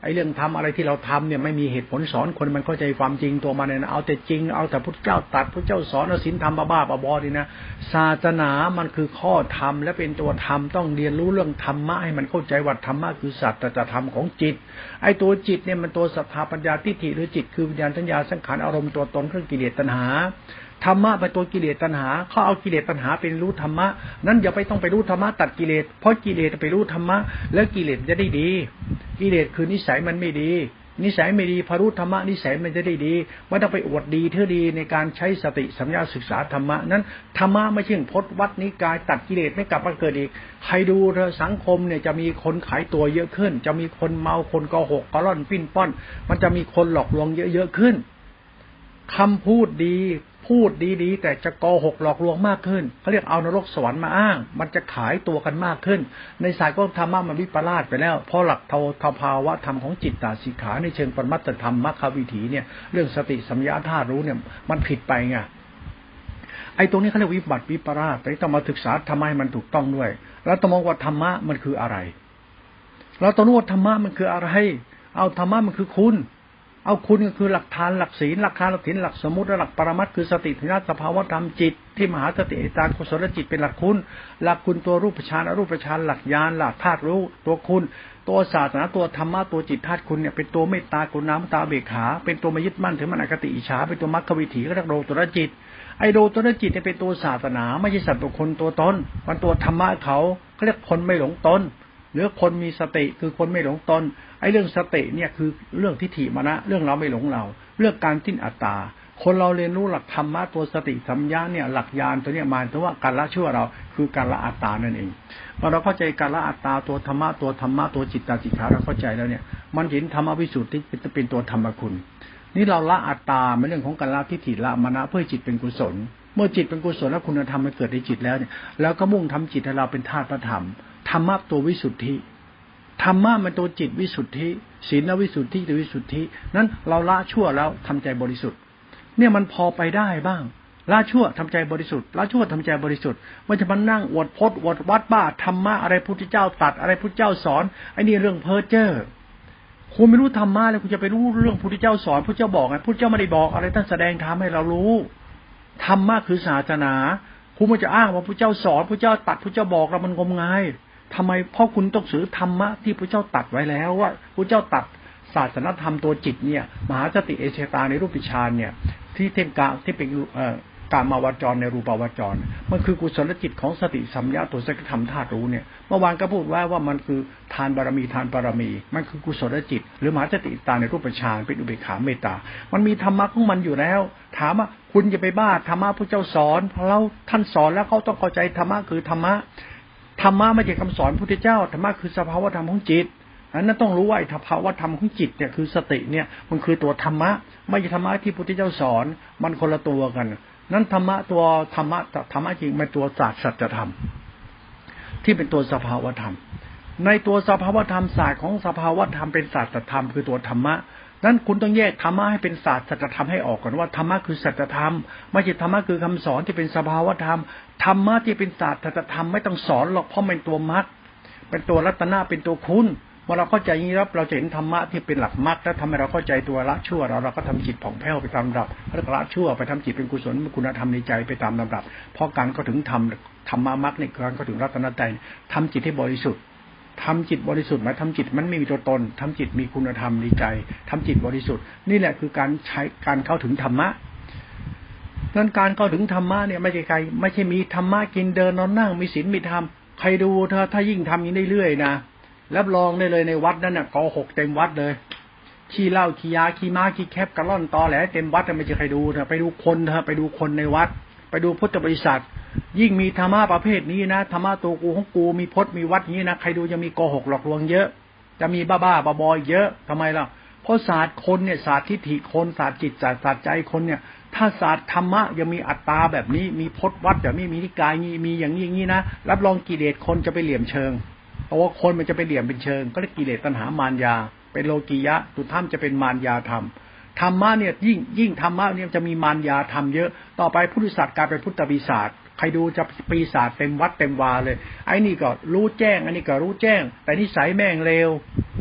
ไอ้เรื่องทำอะไรที่เราทำเนี่ยไม่มีเหตุผลสอนคนมันเข้าใจความจริงตัวมันเนี่ยเอาแต่จริงเอาแต่พุทธเจ้าตัดพุทธเจ้าสอนเอาศีลธรรมบ้าๆบอๆนี่นะศาสนามันคือข้อธรรมและเป็นตัวธรรมต้องเรียนรู้เรื่องธรรมะให้มันเข้าใจว่าธรรมะคือสัจธรรมของจิตไอ้ตัวจิตเนี่ยมันตัวศรัทธาปัญญาทิฏฐิหรือจิตคือวิญญาณสัญญาสังขารอารมณ์ตัวตนเครื่องกิเลสตัณหาธรรมะเป็นตัวกิเลสตัณหาเขาเอากิเลสตัณหาเป็นรู้ธรรมะนั้นอย่าไปต้องไปรู้ธรรมะตัดกิเลสเพราะกิเลสไปรู้ธรรมะแล้วกิเลสจะได้ดีกิเลสคือนิสัยมันไม่ดีนิสัยไม่ดีพอรู้ธรรมะนิสัยมันจะได้ดีไม่ต้องไปอวดดีเท่าดีในการใช้สติสัมยาศึกษาธรรมะนั้นธรรมะไม่ใช่พจน์วัดนิกายตัดกิเลสไม่กลับมาเกิดอีกใครดูเธอสังคมเนี่ยจะมีคนขายตัวเยอะขึ้นจะมีคนเมาคนโกหกกระล่อนปิ้นป้อนมันจะมีคนหลอกลวงเยอะๆขึ้นคำพูดดีพูดดีๆแต่จะโกหกหลอกลวงมากขึ้นเขาเรียกเอานรกสวรรค์มาอ้างมันจะขายตัวกันมากขึ้นในสายก็ธรรมะมันวิปลาสไปแล้วเพราะหลักเทาทภาวะธรรมของจิตตาสิกขาในเชิงปรมัตถธรรมมรรควิถีเนี่ยเรื่องสติสัมยาธาตุรู้เนี่ยมันผิดไปไงไอ้ตรงนี้เขาเรียกวิบัติวิปลาสแต่ต้องมาศึกษาธรรมะให้มันถูกต้องด้วยแล้วต้องมองว่าธรรมะมันคืออะไรเราต้องรู้ว่าธรรมะมันคืออะไรเอาธรรมะมันคือคุณเอาคุณก็คือหลักฐานหลักศีลหลักฐานหลักศีลหลักสมมุติและหลักปรมัตถ์คือสติปัญญาสภาวธรรมจิตที่มหาสติตากุศลจิตเป็นหลักคุณหลักคุณตัวรูปฌานอรูปฌานหลักญาณหลักธาตุรู้ตัวคุณตัวศาสนาตัวธรรมะตัวจิตธาตุคุณเนี่ยเป็นตัวเมตตากรุณามุตตาเบกขาเป็นตัวไม่ยึดมั่นถือมั่นอคติอิจฉาเป็นตัวมรรควิถีก็เรียกโลกุตระจิตไอโลกุตระจิตเนี่ยเป็นตัวศาสนาไม่ใช่สัตว์บุคคลตัวตนมันตัวธรรมะเขาเขาเรียกคนไม่หลงตนหรือคนมีสติคือคนไม่หลงตนไอ้เรื่องสติเนี่ยคือเรื่องทิฏฐิมานะเรื่องเราไม่หลงเราเรื่องการสิ้นอัตตาคนเราเรียนรู้หลักธรรมะตัวสติสัมยาเนี่ยหลักญาณตัวเนี้ยมาถึงว่าการละชั่วเราคือการละอัตตานั่นเองพอเราเข้าใจการละอัตตาตัวธรรมะตัวธรรมะตัวจิตตาจิตขาเราเข้าใจแล้วเนี่ยมันเห็นธรรมวิสุทธิจะเป็นตัวธรรมคุณนี่เราละอัตตาเป็นเรื่องของการละทิฏฐิละมานะเพื่อจิตเป็นกุศลเมื่อจิตเป็นกุศลแล้วคุณธรรมมันเกิดในจิตแล้วเนี่ยแล้วก็มุ่งทำจิตให้เราเป็นธาตุพระธรรมธรรมะตัววิสุทธิธรรมะมันตัวจิตวิสุทธิศีลวิสุทธิตัววิสุทธินั้นเราละชั่วแล้วทำใจบริสุทธิ์เนี่ยมันพอไปได้บ้างละชั่วทำใจบริสุทธิ์ละชั่วทำใจบริสุทธิ์มันจะมานั่งอวดพจน์อวดวัดบ้าธรรมะอะไรพุทธเจ้าตัดอะไรพุทธเจ้าสอนไอ้นี่เรื่องเพ้อเจ้อคุณไม่รู้ธรรมะเลยคุณจะไปรู้เรื่องพุทธเจ้าสอนพุทธเจ้าบอกไงพุทธเจ้าไม่ได้บอกอะไรท่านแสดงธรรมให้เรารู้ธรรมะคือศาสนาคุณมันจะอ้างว่าพุทธเจ้าสอนพุทธเจ้าตัดพุทธเจ้าบอกเรามันงมงายทำไมเพราะคุณต้องสื่อธรรมะที่พระเจ้าตัดไว้แล้วว่าพระเจ้าตัดศาสนธรรมตัวจิตเนี่ยมหาสติเอเชตาในรูปฌานเนี่ยที่เทมกาที่เป็นเอ่อกามาวจรในรูปาวจรมันคือกุศลจิตของสติสัมยาตัวสัจธรรมธาตุรู้เนี่ยเมื่อวานก็พูดว่าว่ามันคือทานบารมีทานบารมีมันคือกุศลจิตหรือมหาสติตาในรูปฌานเป็นอุเบกขาเมตตามันมีธรรมะของมันอยู่แล้วถามว่าคุณอย่าไปบ้าธรรมะพระเจ้าสอนเพราะเราท่านสอนแล้วเขาต้องเข้าใจธรรมะคือธรรมะธรรมะไม่ใช่คำสอนพุทธเจ้าธรรมะคือสภาวธรรมของจิตอันนั้นต้องรู้ว่าสภาวธรรมของจิตเนี่ยคือสติเนี่ยมันคือตัวธรรมะไม่ใช่ธรรมะที่พุทธเจ้าสอนมันคนละตัวกันนั้นธรรมะตัวธรรมะธรรมะจริงเป็นตัวศาสตร์สัจธรรมที่เป็นตัวสภาวธรรมในตัวสภาวธรรมศาสตร์ของสภาวธรรมเป็นศาสตร์ธรรมคือตัวธรรมะนั้นคุณต้องแยกธรรมะให้เป็นศาสตร์สัจธรรมให้ออกก่อนว่าธรรมะคือสัจธรรมไม่ใช่ธรรมะคือคำสอนที่เป็นสภาวธรรมธรรมะที่เป็นศาสตร์สัจธรรมไม่ต้องสอนหรอกเพราะเป็นตัวมรรคเป็นตัวรัตนะเป็นตัวคุณเมื่อเราเข้าใจอย่างนี้แล้วเราจะเห็นธรรมะที่เป็นหลักมรรคและทำให้เราเข้าใจตัวละชั่วเราเราก็ทำจิตผ่องแผ้วไปตามลำดับแล้วละชั่วไปทำจิตเป็นกุศลเป็นคุณธรรมในใจไปตามลำดับเพราะการก็ถึงทำธรรมะมรรคในการก็ถึงรัตนตรัยทำจิตให้บริสุทธิ์ทำจิตบริสุทธิ์หมายทำจิตมันไม่มีตัวตนทำจิตมีคุณธรรมในใจทำจิตบริสุทธิ์นี่แหละคือการใช้การเข้าถึงธรรมะนั้นการเข้าถึงธรรมะเนี่ยไม่ใช่ใครไม่ใช่มีธรรมะกินเดินนอนนั่งมีศีลมีธรรมใครดูเธอถ้ายิ่งทำอย่างนี้เรื่อยๆนะรับรองได้เลยในวัดนั้นน่ะกอหกเต็มวัดเลยขี้เหล้าขี้ยาขี้ม้าขี้แคบกระล่อนตอแหลเต็มวัดไม่ใช่ใครดูเธอไปดูคนเธอไปดูคนในวัดไปดูพุทธบริษัทยิ่งมีธรรมะประเภทนี้นะธรรมะตัวกูของกูมีพจน์มีวัดนี้นะใครดูจะมีโกหกหลอกลวงเยอะจะมีบ้าๆบอๆเยอะทำไมล่ะเพราะศาสตร์คนเนี่ยศาสตร์ทิฏฐิคนศาสตร์จิตศาสตร์ศาสตร์ใจคนเนี่ยถ้าศาสตร์ธรรมะยังมีอัตตาแบบนี้มีพจน์วัดแบบนี้มีนิกายนี้มีอย่างนี้อย่างนี้นะรับรองกิเลสคนจะไปเหลี่ยมเชิงเพราะว่าคนมันจะไปเหลี่ยมเป็นเชิงก็เรียกกิเลสตัณหามารยาเป็นโลกียะสุดท้ายจะเป็นมารยาธรรมธรรมะเนี่ยยิ่งยิ่งธรรมะเนี่ยจะมีมารยาธรรมเยอะต่อไปพุทธศาสตร์กลายเป็นพุทธปีศาจใครดูจะปีศาจเต็มวัดเต็มวาเลยไอ้นี่ก็รู้แจ้งอันนี้ก็รู้แจ้งแต่นิสัยแม่งเลว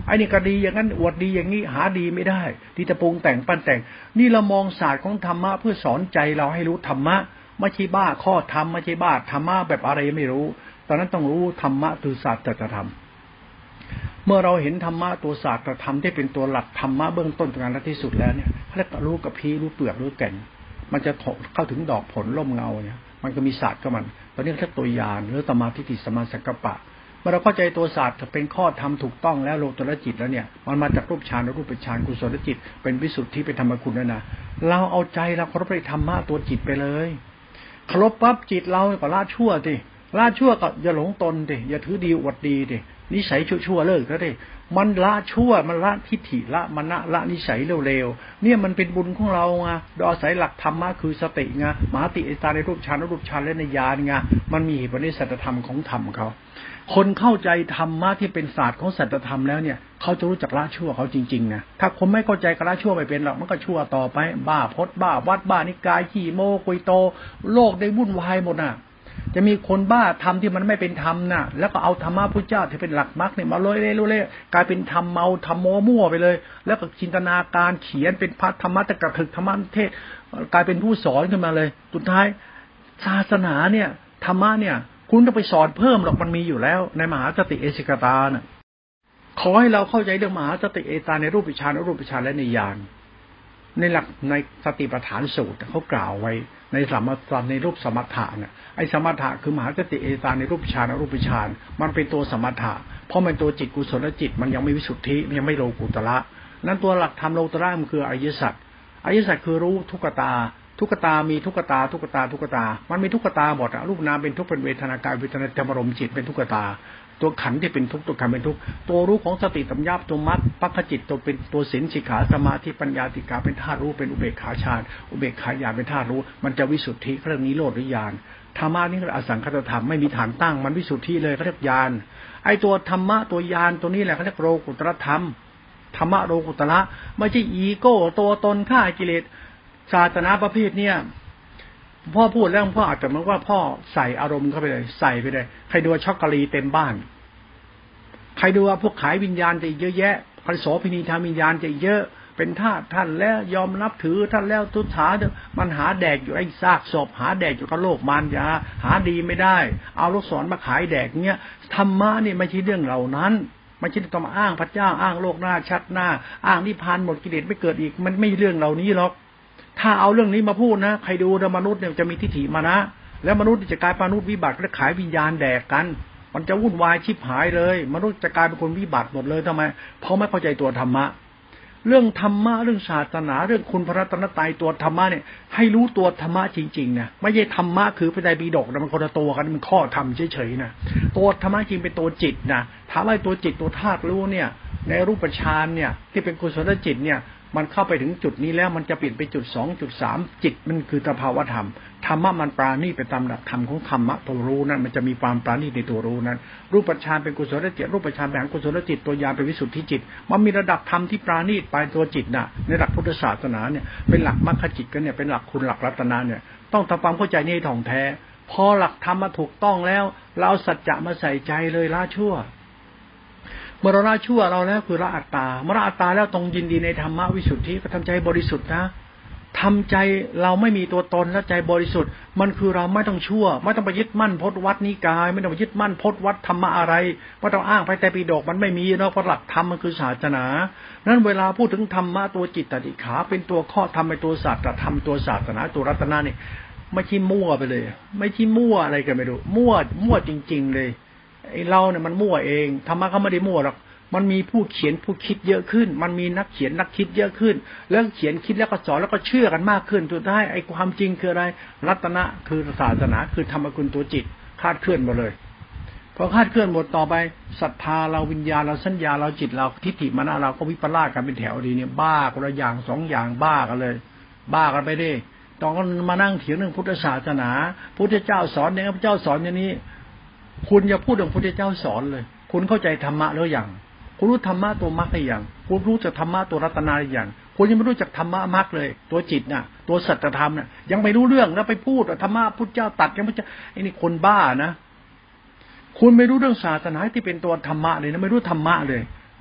อ้นี่ก็ดีอย่างนั้นอวดดีอย่างนี้หาดีไม่ได้ที่จะปรุงแต่งปั้นแต่งนี่เรามองศาสตร์ของธรรมะเพื่อสอนใจเราให้รู้ธรรมะไม่ใช่บ้าข้อธรรมไม่ใช่บ้าธรรมะแบบอะไรไม่รู้ตอนนั้นต้องรู้ธรรมะคือศาสตร์ธรรมเมื่อเราเห็นธรรมะตัวศาสตร์ธรรมที่เป็นตัวหลักธรรมะเบื้องต้นงานที่สุดแล้วเนี่ยเขาเรียกรู้กับพีรู้เปลือกรู้แก่นมันจะเข้าถึงดอกผลร่มเงาเนี่ยมันก็มีศาสตร์กับมันตอนนี้เรียกตัวยานหรือสมาธิสมาสังกัปปะเมื่อเราเข้าใจตัวศาสตร์เป็นข้อธรรมถูกต้องแล้วโลกุตระจิตแล้วเนี่ยมันมาจากรูปฌานรูปฌานกุศลจิตเป็นวิสุทธิเป็นธรรมคุณแล้วนะเราเอาใจเราเคารพในธรรมะตัวจิตไปเลยเคารพปั๊บจิตเราก็ละชั่วดิละชั่วก็อย่าหลงตนดิอย่าถือดีอวดดีดินิสัยชั่วๆเลิกก็ได้มันละชั่วมันละทิฏฐิละมณะละนิสัยเร็วๆเนี่ยมันเป็นบุญของเราไงโดยอาศัยหลักธรรมะคือสติไงมหาติเอตาในรูปฌานรูปฌานและในญาณไงมันมีเหตุผลในสัจธรรมของธรรมเขาคนเข้าใจธรรมะที่เป็นศาสตร์ของสัจธรรมแล้วเนี่ยเขาจะรู้จักละชั่วเขาจริงๆนะถ้าคนไม่เข้าใจก็ละชั่วไม่เป็นหรอกมันก็ชั่วต่อไปบ้าพดบ้าวัดบ้านิกายขี้โมกุยโตโลกได้วุ่นวายหมดน่ะจะมีคนบ้าทำที่มันไม่เป็นธรรมน่ะแล้วก็เอาธรรมะพุทธเจ้าที่เป็นหลักมรรคเนี่ยมาเลยเลยเลยกลายเป็นธรรมเมาธรรมโมมั่วไปเลยแล้วก็จินตนาการเขียนเป็นพระธรรมะตะกะถึกธรรมะเทศกลายเป็นผู้สอนขึ้นมาเลยสุดท้ายศาสนาเนี่ยธรรมะเนี่ยคุณต้องไปสอนเพิ่มหรอกมันมีอยู่แล้วในมหาสติเอสิกตาน่ะขอให้เราเข้าใจเรื่องมหาสติเอตาในรูปฌานรูปฌานและในญาณในหลักในสติปัฏฐานสูตรเขากล่าวไว้ในสมถะในรูปสมถะเนี่ยไอ้สมถะคือมหาสติเอตาในรูปฌานรูปฌานมันเป็นตัวสมถะเพราะมันตัวจิตกุศลจิตมันยังไม่วิสุทธิมันยังไม่โลกุตระนั้นตัวหลักธรรมโลกุตระมันคืออริยสัจอริยสัจคือรู้ทุกขตาทุกขตามีทุกขตาทุกขตาทุกขตามันมีทุกขตาหมดอะรูปนามเป็นทุกข์เป็นเวทนากายเวทนาธรรมารมณ์จิตเป็นทุกขตาตัวขันธ์ที่เป็นทุกข์ตัวขันธ์เป็นทุกข์ตัวรู้ของสติสัมยาปตัวมัดปัจจจิตตัวเป็นตัวศีลสิกขาสมาธิปัญญาติกาเป็นธาตุรู้เป็นอุเบกขาฌานอุเบกขาญาณเป็นธาตุรู้มันจะวิสุทธิเรื่องนิโรธหรือญาณธรรมะนี่คืออสังขตธรรมไม่มีฐานตั้งมันวิสุทธิเลยเขาเรียกญาณไอ้ตัวธรรมะตัวญาณตัวนี้แหละเขาเรียกโลกุตรธรรมธรรมะโลกุตระไม่ใช่อีโก้ตัวตนฆ่ากิเลสศาสนาประเภทเนี่ยพ่อพูดแล้วพ่ออาจจะเหมือนว่าพ่อใส่อารมณ์เข้าไปเลยใส่ไปเลยใครดูช็อกโกแลตเต็มบ้านใครดูว่าพวกขายวิญญาณจะเยอะแยะใครโสภิณีทางวิญญาณจะเยอะเป็นทาสท่านแล้วยอมนับถือท่านแล้วทุตถามันหาแดกอยู่ไอ้ซากศพหาแดกอยู่กับโลกมารยาหาดีไม่ได้เอาลูกศรมาขายแดกเงี้ยธรรมะนี่ไม่ใช่เรื่องเหล่านั้นไม่ใช่ต้องมาอ้างพระเจ้าอ้างโลกหน้าชัดหน้าอ้างนิพพานหมดกิเลสไม่เกิดอีกมันไม่เรื่องเหล่านี้หรอกถ้าเอาเรื่องนี้มาพูดนะใครดูนะมนุษย์เนี่ยจะมีทิฏฐิมานะแล้วมนุษย์จะกลายเป็นมนุษย์วิบัติและขายวิญญาณแดกกันมันจะวุ่นวายชิบหายเลยมนุษย์จะกลายเป็นคนวิบัติหมดเลยทำไมเพราะไม่เข้าใจตัวธรรมะเรื่องธรรมะเรื่องศาสนาเรื่องคุณพระรัตนตรัยตัวธรรมะเนี่ยให้รู้ตัวธรรมะจริงๆนะไม่ใช่ธรรมะคือพระไตรปิฎกนะมันคนละตัวกันมันข้อธรรมเฉยๆนะตัวธรรมะจริงเป็นตัวจิตนะถามว่าตัวจิตตัวธาตุรู้เนี่ยในรูปฌานเนี่ยที่เป็นกุศลจิตเนี่ยมันเข้าไปถึงจุดนี้แล้วมันจะเปลี่ยนไปจุดสองจุดสามจิตมันคือสภาวะธรรมธรรมะมันปราณีตไปตามหลักธรรมของธรรมะตัวรู้นั้นมันจะมีความปราณีตในตัวรู้นั้นรูปฌานเป็นกุศลจิตรูปฌานเป็นกุศลจิตตัวญาณเป็นวิสุทธิจิตมันมีระดับธรรมที่ปราณีตไปตัวจิตน่ะในหลักพุทธศาสนาเนี่ยเป็นหลักมรรคจิตกันเนี่ยเป็นหลักคุณหลักรัตนะเนี่ยต้องทำความเข้าใจนี่ถ่องแท้พอหลักธรรมมาถูกต้องแล้วเราเอาสัจจะมาใส่ใจเลยละชั่วเมื่อเราละชั่วเราแล้วคือละอัตตาเมื่อละอัตตาแล้วตรงยินดีในธรรมะวิสุทธิก็ทำใจบริสุทธิ์นะทำใจเราไม่มีตัวตนและใจบริสุทธิ์มันคือเราไม่ต้องชั่วไม่ต้องไปยึดมั่นพจน์วัดนิกายไม่ต้องไปยึดมั่นพจน์วัดธรรมะอะไรไม่ต้องอ้างพระไตรปิฎกมันไม่มีเนาะเพราะหลักธรรมมันคือศาสนานั้นเวลาพูดถึงธรรมะตัวจิตตติขาเป็นตัวข้อธรรมเป็นตัวศาสตร์ธรรมตัวศาสนาตัวรัตนะนี่ไม่ใช่มั่วไปเลยไม่ใช่มั่วอะไรกันไม่รู้มั่วมั่วจริงๆเลยไอ้เราเนี่ยมันมั่วเองธรรมะเขาไม่ได้มั่วหรอกมันมีผู้เขียนผู้คิดเยอะขึ้นมันมีนักเขียนนักคิดเยอะขึ้นแล้วเขียนคิดแล้วก็สอนแล้วก็เชื่อกันมากขึ้นสุดท้ายไอ้ความจริงคืออะไรรัตนะคือศาสนาคือธรรมคุณตัวจิตคาดเคลื่อนหมดเลยพอคาดเคลื่อนหมดต่อไปศรัทธาเราวิญญาณเราสัญญาเราจิตเราทิฏฐิมานะเราก็วิปลาสกันเป็นแถวดีเนี่ยบ้าคนละอย่างสองอย่างบ้ากันเลยบ้ากันไปดิต้องมานั่งเถียงเรื่องพุทธศาสนาพุทธเจ้าสอนอย่างนี้พระเจ้าสอนอย่างนี้คุณอย่าพูดถึงพุทธเจ้าสอนเลยคุณเข้าใจธรรมะแล้วอย่างคุณรู้ธรรมะตัวมรรคได้อย่างคุณรู้จักธรรมะตัวรัตนาได้อย่างคุณยังไม่รู้จักธรรมะมรรคเลยตัวจิตน่ะตัวสัจธรรมน่ะยังไม่รู้เรื่องแล้วไปพูดว่าธรรมะพุทธเจ้าตัดยังไม่จะไอ้นี่คนบ้านะคุณไม่รู้เรื่องศาสนาที่เป็นตัวธรรมะเลยนะไม่รู้ธรรมะเลย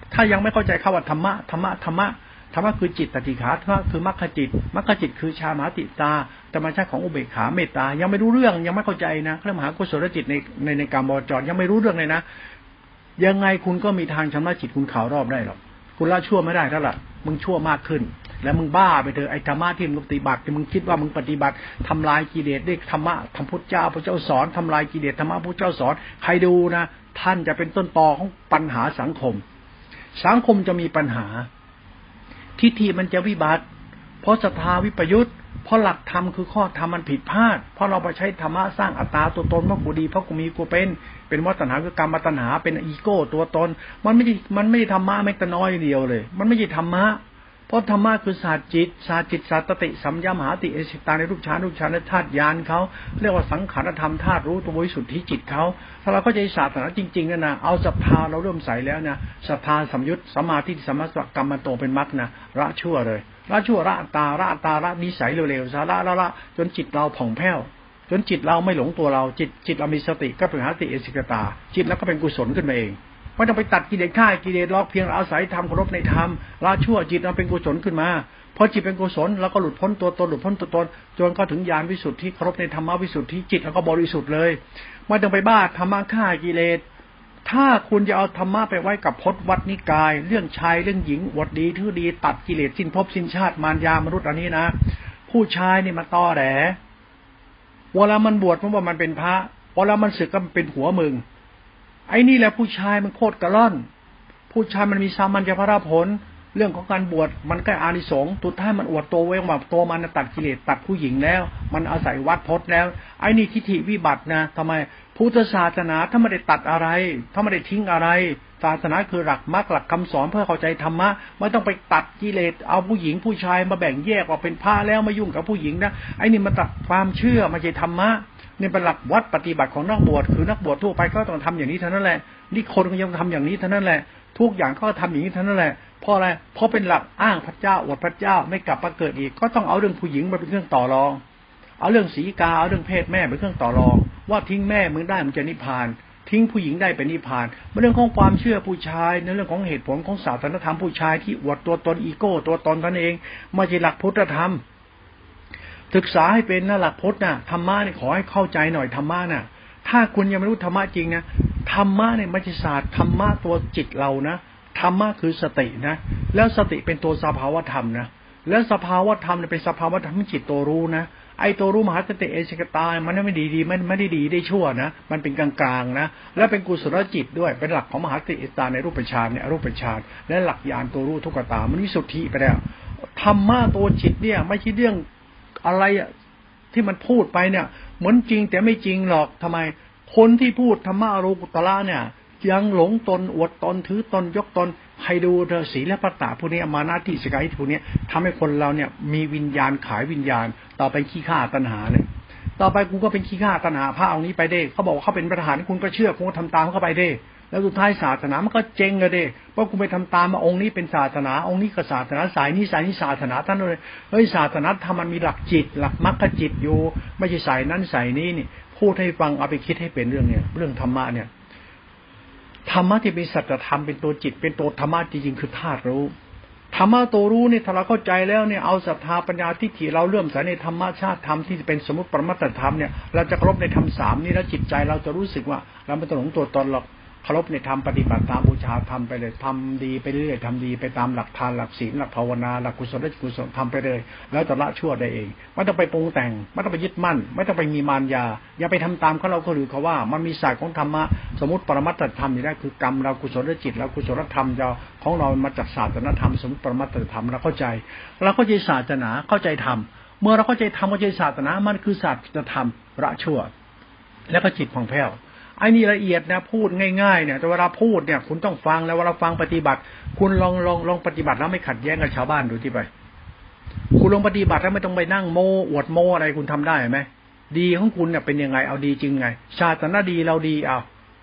ถ้ายังไม่เข้าใจคำว่าธรรมะธรรมะธรรมะธรรมะคือจิตตติขาธรรมะคือมรรคจิตมรรคจิตคือชามาติตาธรรมชาติของอุเบกขาเมตตายังไม่รู้เรื่องยังไม่เข้าใจนะเรื่องมหากุศลจิตในในในกามวจรยังไม่รู้เรื่องเลยนะยังไงคุณก็มีทางชำระจิตคุณข่าวรอบได้หรอกคุณละชั่วไม่ได้เท่าไหร่มึงชั่วมากขึ้นแล้วมึงบ้าไปเถอะไอ้ธรรมะที่มึงปฏิบัติที่มึงคิดว่ามึงปฏิบัติทำลายกิเลสด้วยธรรมะธรรมพุทธเจ้าพระเจ้าสอนทำลายกิเลสธรรมะพุทธเจ้าสอนใครดูนะท่านจะเป็นต้นตอของปัญหาสังคมสังคมจะมีปัญหาทิฏฐิมันจะวิบัติเพราะศรัทธาวิปยุตเพราะหลักธรรมคือข้อธรรมมันผิดพลาดเพราะเราไปใช้ธรรมะสร้างอัตตาตัวตนว่ากูดีเพราะกูมีกูเป็นเป็นวัฏฏะคือกรรมตัณหาเป็นอีโก้ตัวตนมันไม่ใช่มันไม่ใช่ธรรมะแม้แต่น้อยเดียวเลยมันไม่ใช่ธรรมะเพราะธรรมะคือศาสตร์จิตศาสตร์จิตศาสตร์ตติสัมยามหาติเอสิตาในรูปฌานรูปฌานและธาตุญาณเขาเรียกว่าสังขารธรรมธาตุรู้ตัวบริสุทธิจิตเขาถ้าเราเข้าใจศาสตร์นะจริงๆนะนะเอาศรัทธาเราเริ่มใส่แล้วนะศรัทธาสัมยุตสัมมาทิฏฐิสัมมาสังกัมมันโตเป็นมรรคนะละชั่วเลยละชั่วละตาละตาละนิสัยเร็วๆสาระละละจนจิตเราผ่องแผ้วจนจิตเราไม่หลงตัวเราจิตจิตเรามีสติก็เป็นหาติเอสิกตาจิตแล้วก็เป็นกุศลขึ้นมาเองไม่ต้องไปตัดกิเลสฆ่ากิเลสล็อกเพียงอาศัยธรรมเคารพในธรรมละชั่วจิตเราเป็นกุศลขึ้นมาพอจิตเป็นกุศลแล้วก็หลุดพ้นตัวตนหลุดพ้นตัวตนจนก็ถึงญาณวิสุทธิเคารพในธรรมวิสุทธิจิตแล้วก็บริสุทธิ์เลยไม่ต้องไปบ้าธรรมะฆ่ากิเลสถ้าคุณจะเอาธรรมะไปไว้กับพจน์วัดนิกายเรื่องชายเรื่องหญิงอวดดีทื่อดีตัดกิเลสสิ้นภพสิ้นชาติมารยามนุษย์อันนี้นะผู้ชายนี่มาตอแหลเวลามันบวชมันว่ามันเป็นพระเวลามันศึกก็เป็นหัวมึงไอ้นี่แหละผู้ชายมันโคตรกระล่อนผู้ชายมันมีสามัญญภราผลเรื่องของการบวชมันก็อานิสงส์สุดท้ายมันอวดตัวไว้ว่าตัวมันตัดกิเลสตัดผู้หญิงแล้วมันอาศัยวัดพจน์แล้วไอ้นี่ทิฏฐิวิบัตินะทำไมพุทธศาสนาถ้าไม่ได้ตัดอะไรถ้าไม่ได้ทิ้งอะไรศาสนาคือหลักมรรคหลักคำสอนเพื่อเข้าใจธรรมะไม่ต้องไปตัดกิเลสเอาผู้หญิงผู้ชายมาแบ่งแยกออกเป็นพระแล้วมายุ่งกับผู้หญิงนะไอ้นี่มันตัดความเชื่อไม่ใช่ธรรมะนี่เป็นหลักวัดปฏิบัติของนักบวชคือนักบวชทั่วไปก็ต้องทำอย่างนี้เท่านั้นแหละนี่คนก็ยังทำอย่างนี้เท่านั้นแหละทุกอย่างก็ทำอย่างนี้เท่านั้นแหละเพราะอะไรเพราะเป็นหลักอ้างพระเจ้าอวดพระเจ้าไม่กลับมาเกิดอีกก็ต้องเอาเรื่องผู้หญิงมาเป็นเครื่องต่อรองเอาเรื่องสีกาเอาเรื่องเพศแม่เป็นเครื่องต่อรองว่าทิ้งแม่มึงได้มึงจะนิพพานทิ้งผู้หญิงได้เป็นนิพพานเรื่องของความเชื่อผู้ชายในเรื่องของเหตุผลของศาสนธรรมผู้ชายที่อวดตัวตนอีโก้ตัวตนท่านเองไม่ใช่หลักพุทธธรรมศึกษาให้เป็นนะหลักพุทธน่ะธรรมะนี่ขอให้เข้าใจหน่อยธรรมะน่ะถ้าคุณยังไม่รู้ธรรมะจริงนะธรรมะเนี่ยไม่ใช่ศาสตร์ธรรมะตัวจิตเรานะธรรมะคือสตินะแล้วสติเป็นตัวสภาวธรรมนะแล้วสภาวธรรมเนี่ยเป็นสภาวธรรมจิตตัวรู้นะไอ้ตัวรู้มหาสติเอสิกตามันไม่ดีดีมันไม่ได้ดีได้ชั่วนะมันเป็นกลางๆนะแล้วเป็นกุศลจิตด้วยเป็นหลักของมหาสติเอสิกตาในรูปฌานเนี่ยรูปฌานและหลักญาณตัวรู้ทุกตามันวิสุทธิไปแล้วธรรมะตัวจิตเนี่ยไม่ใช่เรื่องอะไรอะที่มันพูดไปเนี่ยเหมือนจริงแต่ไม่จริงหรอกทำไมคนที่พูดธรรมะอรูปตระเนี่ยยังหลงตนอวดตนถือตนยกตนให้ดูเธอศีลและปัตตาพวกนี้มานาทิสกายพวกนี้ทำให้คนเราเนี่ยมีวิญญาณขายวิญญาณต่อไปขี้ข้าตัณหาเนี่ยต่อไปกูก็เป็นขี้ข้าตัณหาพระเอานี้ไปเด้เขาบอกว่าเขาเป็นประธานคุณก็เชื่อคุณก็ทำตามเข้าไปเด้แล้วสุดท้ายศาสนามันก็เจ๊งเลยเด้เพราะกูไปทำตามมาองค์นี้เป็นศาสนาองค์นี้ก็ศาสนาสายนี้สายนี้ศาสนาท่านเลยเฮ้ยศาสนาธรรมมันมีหลักจิตหลักมรรคจิตอยู่ไม่ใช่สายนั้นสายนี้นี่พูดให้ฟังเอาไปคิดให้เป็นเรื่องเนี่ยเรื่องธรรมะเนี่ยธรรมะที่เป็นสัจธรรมเป็นตัวจิตเป็นตัวธรรมะจริงๆคือธาตุรู้ธรรมะตัวรู้เนี่ยถ้าเราเข้าใจแล้วเนี่ยเอาศรัทธาปัญญาทิฏฐิเราเลื่อมใสในธรรมชาติธรรมที่เป็นสมมุติปรมัตถธรรมเนี่ยเราจะเคารพในธรรมสามนี้แล้วจิตใจเราจะรู้สึกว่าเราไม่ต้องหลงตัวตนหรอกเคารพในธรรมปฏิบัติตามบูชาธรรมไปเลยทำดีไปเรื่อยทำดีไปตามหลักทานหลักศีลหลักภาวนาหลักกุศลและกุศลทำไปเลยแล้วจะละชั่วได้เองไม่ต้องไปปรุงแต่งไม่ต้องไปยึดมั่นไม่ต้องไปมีมารยาอย่าไปทำตามเขาเราก็หรือเขาว่ามันมีศาสตร์ของธรรมะสมมติปรมัตถธรรมอยู่ได้คือกรรมเรากุศลและจิตเรากุศลธรรมเราของเรามาจากศาสนธรรมสมมติปรมัตถธรรมเราเข้าใจเราเข้าใจศาสนาเข้าใจธรรมเมื่อเราเข้าใจธรรมเข้าใจศาสนามันคือศาสตร์ธรรมละชั่วแล้วก็จิตผ่องแผ้วไอ้นี่ละเอียดนะพูดง่ายๆเนี่ยแต่เวลาพูดเนี่ยคุณต้องฟังแล้วเวลาฟังปฏิบัติคุณลองลองลองปฏิบัติแล้วไม่ขัดแย้งกับชาวบ้านดูที่ไปคุณลองปฏิบัติแล้วไม่ต้องไปนั่งโมอวดโมอะไรคุณทำได้ไหมดีของคุณเนี่ยเป็นยังไงเอาดีจริงไงศาสนาดีเราดีเอา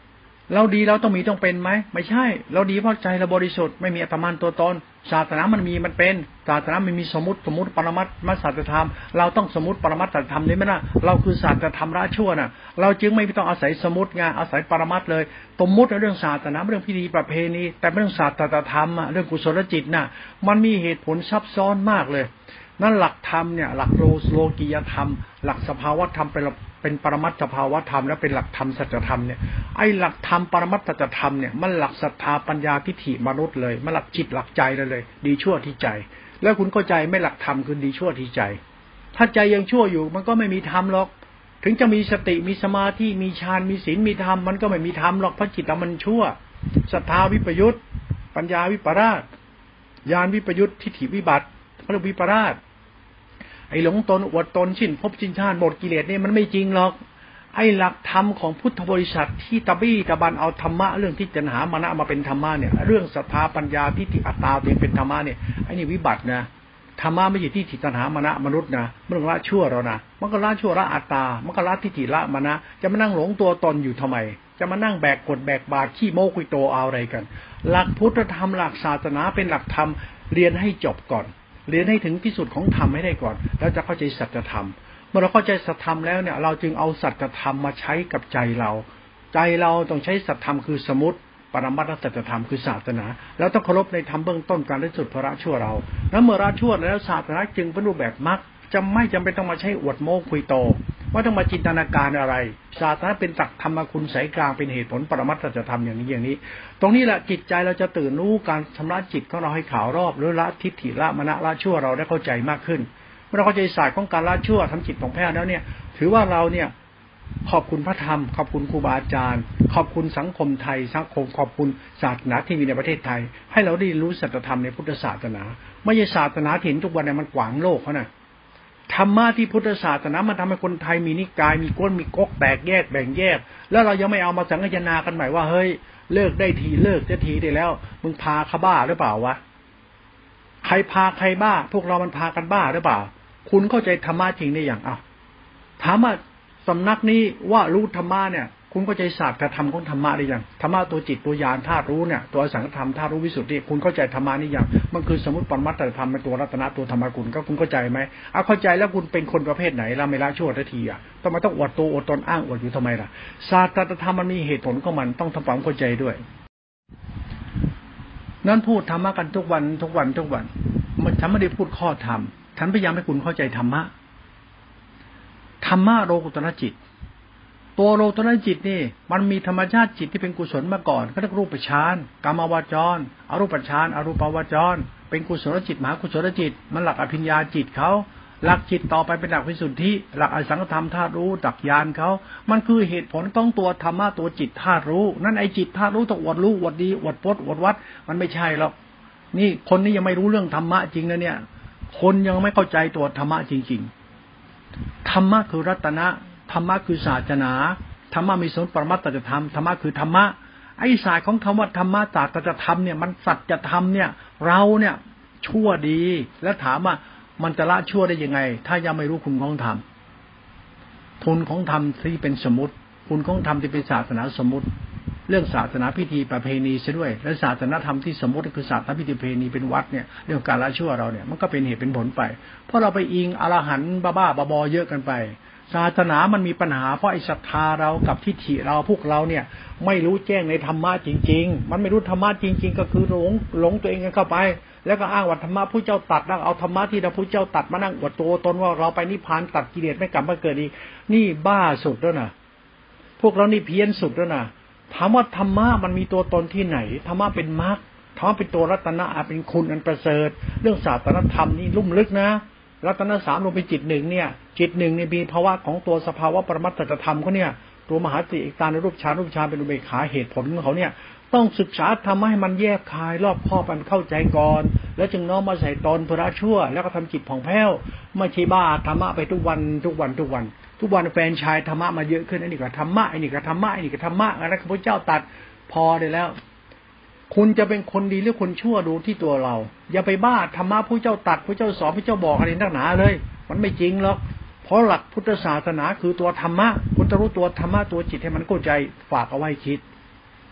เราดีเราต้องมีต้องเป็นไหมไม่ใช่เราดีเพราะใจเราบริสุทธิ์ไม่มีอัตมันตัวตนศาสนามันมีมันเป็นศาสนามันมีสมมติสมมติปรมัตถ์มัสสัจธรรมเราต้องสมมติปรมัตถธรรมนี่ไหมนะเราคือศาสตรธรรมละชั่วน่ะเราจึงไม่ต้องอาศัยสมมติไงอาศัยปรมัตถ์เลยสมมติเรื่องศาสนาเรื่องพิธีประเพณีแต่เรื่องศาสตรธรรมเรื่องกุศลจิตน่ะมันมีเหตุผลซับซ้อนมากเลยนั่นหลักธรรมเนี่ยหลักโลโลกียธรรมหลักสภาวธรรมเป็นเป็นปรมัตถสภาวธรรมและเป็นหลักธรรมสัจธรรมเนี่ยไอ้หลักธรรมปรมัตถสัจธรรมเนี่ยมันหลักศรัทธาปัญญาทิฏฐิมนุษย์เลยมันหลักจิตหลักใจเลยเลยดีชั่วที่ใจแล้วคุณเข้าใจไม่หลักธรรมคือดีชั่วที่ใจถ้าใจยังชั่วอยู่มันก็ไม่มีธรรมหรอกถึงจะมีสติมีสมาธิมีฌานมีศีลมีธรรมมันก็ไม่มีธรรมหรอกเพราะจิตเรามันชั่วศรัทธาวิปยุตปัญญาวิปราสญาณวิปยุตทิฏฐิวิบัติพระวิปราสไอ้หลงตนอวดตนสิ้นภพสิ้นชาติหมดกิเลสนี่มันไม่จริงหรอกไอ้หลักธรรมของพุทธบริษัทที่ตะบี้ตะบันเอาธรรมะเรื่องที่จะหามรณะมาเป็นธรรมะเนี่ยเรื่องศรัทธาปัญญาทิฏฐิอัตตาตัวเองเป็นธรรมะเนี่ยไอ้นี่วิบัตินะธรรมะไม่ใช่ที่ทิฏฐิตัณหามรณะมนุษย์นะมันละชั่วเรานะมันก็ละชั่วละอัตตามันก็ละทิฏฐิละมรณะจะมานั่งหลงตัวตนอยู่ทำไมจะมานั่งแบกกดแบกบาตรขี้โมกุยโตเอาอะไรกันหลักพุทธธรรมหลักศาสนาเป็นหลักธรรมเรียนให้จบก่อนเรียนให้ถึงที่สุดของธรรมให้ได้ก่อนแล้วจะเข้าใจสัจธรรมเมื่อเราเข้าใจสัจธรรมแล้วเนี่ยเราจึงเอาสัจธรรมมาใช้กับใจเราใจเราต้องใช้สัจธรรมคือสมุติปรมัตถสัจธรรมคือศาสนาแล้วต้องเคารพในธรรมเบื้องต้นการที่สุดพระชั่วเราแล้วเมื่อละชั่วแล้วศาสนาจึงเป็นรูปแบบมรรคจะไม่จำเป็นต้องมาใช้อวดโม้คุยโตว่าต้องมาจินตนาการอะไรศาสนาเป็นตักธรรมคุณสายกลางเป็นเหตุผลปรมัตถสัจธรรมอย่างนี้อย่างนี้ตรงนี้แหละจิตใจเราจะตื่นรู้การชำระจิตของเราให้ขาวรอบหรือละทิฏฐิละมณะละชั่วเราได้เข้าใจมากขึ้นเมื่อเราเข้าใจศาสตร์ของการละชั่วทำจิตของแพทย์แล้วเนี่ยถือว่าเราเนี่ยขอบคุณพระธรรมขอบคุณครูบาอาจารย์ขอบคุณสังคมไทยสังคมขอบคุณศาสนาที่มีในประเทศไทยให้เราได้รู้สัจธรรมในพุทธศาสนาไม่ใช่ศาสนาที่เห็นทุกวันเนี่ยมันขวางโลกเขานะธรรมะที่พุทธศาสนามันทำให้คนไทยมีนิกายมีก้นมีก๊กแตกแยกแบ่งแยกแล้วเรายังไม่เอามาสังคายนากันใหม่ว่าเฮ้ยเลิกได้ทีเลิกจะทีได้แล้วมึงพาเขาบ้าหรือเปล่าวะใครพาใครบ้าพวกเรามันพากันบ้าหรือเปล่าคุณเข้าใจธรรมะจริงได้อย่างอ้าวถามว่าสำนักนี้ว่ารู้ธรรมะเนี่ยคุณเข้าใจศาสตร์การทำของธรรมะได้ยังธรรมะตัวจิตตัวญาณธาตุรู้เนี่ยตัวสังขธรรมธาตุรู้วิสุทธิคุณเข้าใจธรรมะนี่ยังมันคือสมมติปรมัตถธรรมเป็นตัวรัตนะตัวธรรมคุณก็คุณเข้าใจไหมเอาเข้าใจแล้วคุณเป็นคนประเภทไหนละไม่ละชั่วทันทีอ่ะต้องมาต้องอวดตัวอวดตนอ้างอวดอยู่ทำไมล่ะศาสตร์ธรรมมันมีเหตุผลของมันต้องทำความเข้าใจด้วยนั้นพูดธรรมะกันทุกวันทุกวันทุกวันมันฉันไม่ได้พูดข้อธรรมฉันพยายามให้คุณเข้าใจธรรมะธรรมะโลกุตตรจิตตัวโลกุตตรจิตนี่มันมีธรรมชาติจิตที่เป็นกุศลมาก่อนเขาเรียกรูปฌานกามาวจรอรูปฌานอรูปาวจรเป็นกุศลจิตมหากุศลจิตมันหลักอภิญญาจิตเขาหลักจิตต่อไปเป็นหลักวิสุทธิหลักอสังขธรรมธาตุรู้ตักญาณเขามันคือเหตุผลต้องตัวธรรมะตัวจิตธาตุรู้นั่นไอจิตธาตุรู้ต้องอวดรู้อวดดีอวดพจน์อวดวัดมันไม่ใช่หรอกนี่คนนี้ยังไม่รู้เรื่องธรรมะจริงนะเนี่ยคนยังไม่เข้าใจตัวธรรมะจริงๆธรรมะคือรัตนะธรรมะคือศาสนาธรรมะมีสมมติปรมัตถธรรมธรรมะคือธรรมะไอ้ศาสตร์ของคำว่าธรรมะศาสตร์ธรรมเนี่ยมันสัจธรรมเนี่ยเราเนี่ยชั่วดีแล้วถามว่ามันจะละชั่วได้ยังไงถ้ายังไม่รู้คุณของธรรมทุนของธรรมที่เป็นสมมติคุณของธรรมที่เป็นศาสนาสมมติเรื่องศาสนาพิธีประเพณีซะด้วยและศาสนาธรรมที่สมมติคือศาสนาพิธีประเพณีเป็นวัดเนี่ยเรื่องการละชั่วเราเนี่ยมันก็เป็นเหตุเป็นผลไปเพราะเราไปอิงอรหันต์บ้าๆบอๆเยอะกันไปศาสนามันมีปัญหาเพราะไอ้ศรัทธาเรากับทิฏฐิเราพวกเราเนี่ยไม่รู้แจ้งในธรรมะจริงๆมันไม่รู้ธรรมะจริงๆก็คือหลงหลงตัวเองกันเข้าไปแล้วก็อ้างว่าธรรมะผู้เจ้าตัดแล้วเอาธรรมะที่พระพุทธเจ้าตัดมานั่งอวดตัวตนว่าเราไปนิพพานตัดกิเลสไม่กลับมาเกิดอีกนี่บ้าสุดแล้วนะพวกเรานี่เพี้ยนสุดแล้วนะถามว่าธรรมะมันมีตัวตนที่ไหนธรรมะเป็นมรรคธรรมะเป็นตัวรัตนะเป็นคุณอันประเสริฐเรื่องศาสนธรรมนี่ลุ่มลึกนะรัตนะสามรวมเป็นจิตหนึ่งเนี่ยจิตหนึ่งในมีภาวะของตัวสภาวะปรมัตถธรรมเขาเนี่ยตัวมหาสติเอกตาในรูปฌานรูปฌานเป็นอุเบกขาเหตุผลของเขาเนี่ยต้องศึกษาทำให้มันแยกคายรอบคอบมันเข้าใจก่อนแล้วจึงน้อมมาใส่ตนพระชั่วแล้วก็ทำจิตผ่องแผ้วไม่ใช่บ้าธรรมะไปทุกวันทุกวันทุกวันทุกวันแฟนชายธรรมะมาเยอะขึ้นอันนี้ก็ธรรมะอันนี้ก็ธรรมะอันนี้ก็ธรรมะอะไรพระพุทธเจ้าตัดพอได้แล้วคุณจะเป็นคนดีหรือคนชั่วดูที่ตัวเราอย่าไปบ้าธรรมะผู้เจ้าตัดผู้เจ้าสอนผู้เจ้าบอกอะไรนักหนาเลยมันไม่จริงหรอกเพราะหลักพุทธศาสนาคือตัวธรรมะคุณต้องรู้ตัวธรรมะตัวจิตให้มันเข้าใจฝากเอาไว้คิด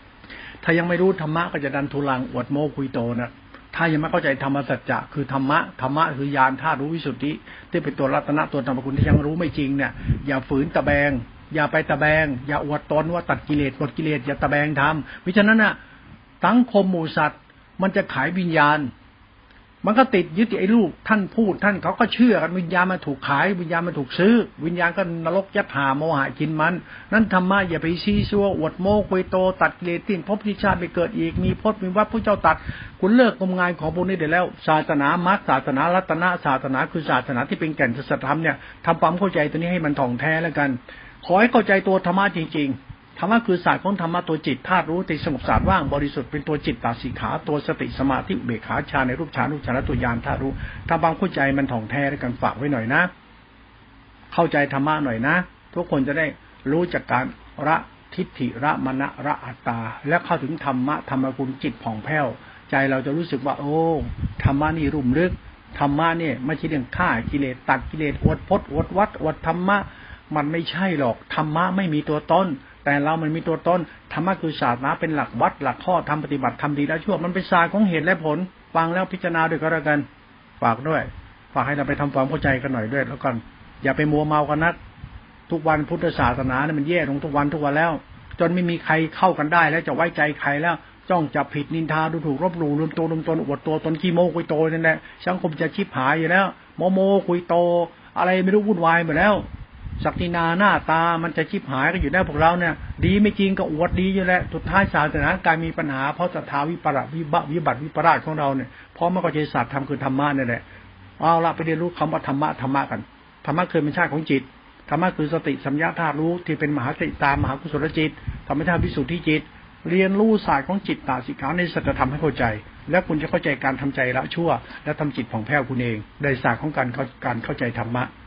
ถ้ายังไม่รู้ธรรมะก็จะดันทุลังอวดโม้คุยโตนะถ้ายังไม่เข้าใจธรรมสัจจะคือธรรมะธรรมะคือญาณธาตุรู้วิสุทธิที่เป็นตัวรัตนะตัวธรรมคุณที่ยังรู้ไม่จริงเนี่ยอย่าฝืนตะแบงอย่าไปตะแบงอย่าอวดตนว่าตัดกิเลสหมดกิเลสอย่าตะแบงทำเพราะฉะนั้นน่ะสังคมหมู่สัตว์มันจะขายวิญญาณมันก็ติดยึดไอ้ลูกท่านพูดท่านเขาก็เชื่อกันวิญญาณมันถูกขายวิญญาณมันถูกซื้อวิญญาณก็นรกยัดหาโมหะกินมันนั่นธรรมะอย่าไปซีซัวอวดโม้คุยโตตัดกิเลสทิ้งพบที่ชาติไปเกิดอีกมีพจน์มีวัดผู้เจ้าตัดคุณเลิกงมงายของพวกนี้ได้แล้วศาสนามรรคศาสนารัตนะศาสนาคือศาสนาที่เป็นแก่นสัจธรรมเนี่ยทำความเข้าใจตัวนี้ให้มันถ่องแท้แล้วกันขอให้เข้าใจตัวธรรมะจริงๆธรรมะคือศาสตร์ของธรรมะตัวจิตธาตุรู้ติสงบสะอาดว่างบริสุทธิ์เป็นตัวจิตตาสีขาตัวสติสมาธิอุเบกขาฌานในรูปฌานรูปฌานและตัวญาณธาตุรู้ถ้าบางเข้าใจมันถ่องแท้แล้วกันฝากไว้หน่อยนะเข้าใจธรรมะหน่อยนะทุกคนจะได้รู้จากการละทิฏฐิละมณะละอัตตาและเข้าถึงธรรมะธรรมกุลจิตผ่องแผ้วใจเราจะรู้สึกว่าโอ้ธรรมะนี่รุ่มลึกธรรมะเนี่ยไม่ใช่เรื่องฆ่ากิเลสตัดกิเลสอวดพจน์อวดวัดอวดธรรมะมันไม่ใช่หรอกธรรมะไม่มีตัวตนแต่เรามันมีตัวตนธรรมะคือศาสนาเป็นหลักวัดหลักข้อทำปฏิบัติทำดีแล้วชั่วมันเป็นศาสตร์ของเหตุและผลฟังแล้วพิจารณาด้วยก็แล้วกันฝากด้วยฝากให้เราไปทำความเข้าใจกันหน่อยด้วยแล้วกันอย่าไปมัวเมากันนักทุกวันพุทธศาสนาเนี่ยมันแย่ลงทุกวันทุกวันแล้วจนไม่มีใครเข้ากันได้แล้วจะไว้ใจใครแล้วจ้องจับผิดนินทาดูถูกรบหลู่รวมตัวรวมตนอวดตัวตนขี้โม้คุยโตนั่นแหละสังคมจะชิบหายอยู่แล้วโมโมคุยโตอะไรไม่รู้วุ่นวายหมดแล้วศักดินาหน้าตามันจะชิบหายก็อยู่ได้พวกเราเนี่ยดีไม่จริงก็อวดดีอยู่แล้วสุดท้ายศาสนาการมีปัญหาเพราะศรัทธาวิปราชวิบัติวิบัติวิปราชของเราเนี่ยเพราะมันก็ใจศาสตร์ธรรมคือธรรมะนี่แหละเอาละไปเรียนรู้คำว่าธรรมะธรรมะกันธรรมะคือเป็นชาติของจิตธรรมะคือสติสัมยาธาตุรู้ที่เป็นมหาสติตามมหากุศลจิตธรรมชาติวิสุทธิจิตเรียนรู้ศาสตร์ของจิตตาสิกขาในสัจธรรมให้เข้าใจแล้วคุณจะเข้าใจการทำใจละชั่วและทำจิตผ่องแผ้วคุณเองโดยศาสตร์ของการการเข้าใจธรรมะ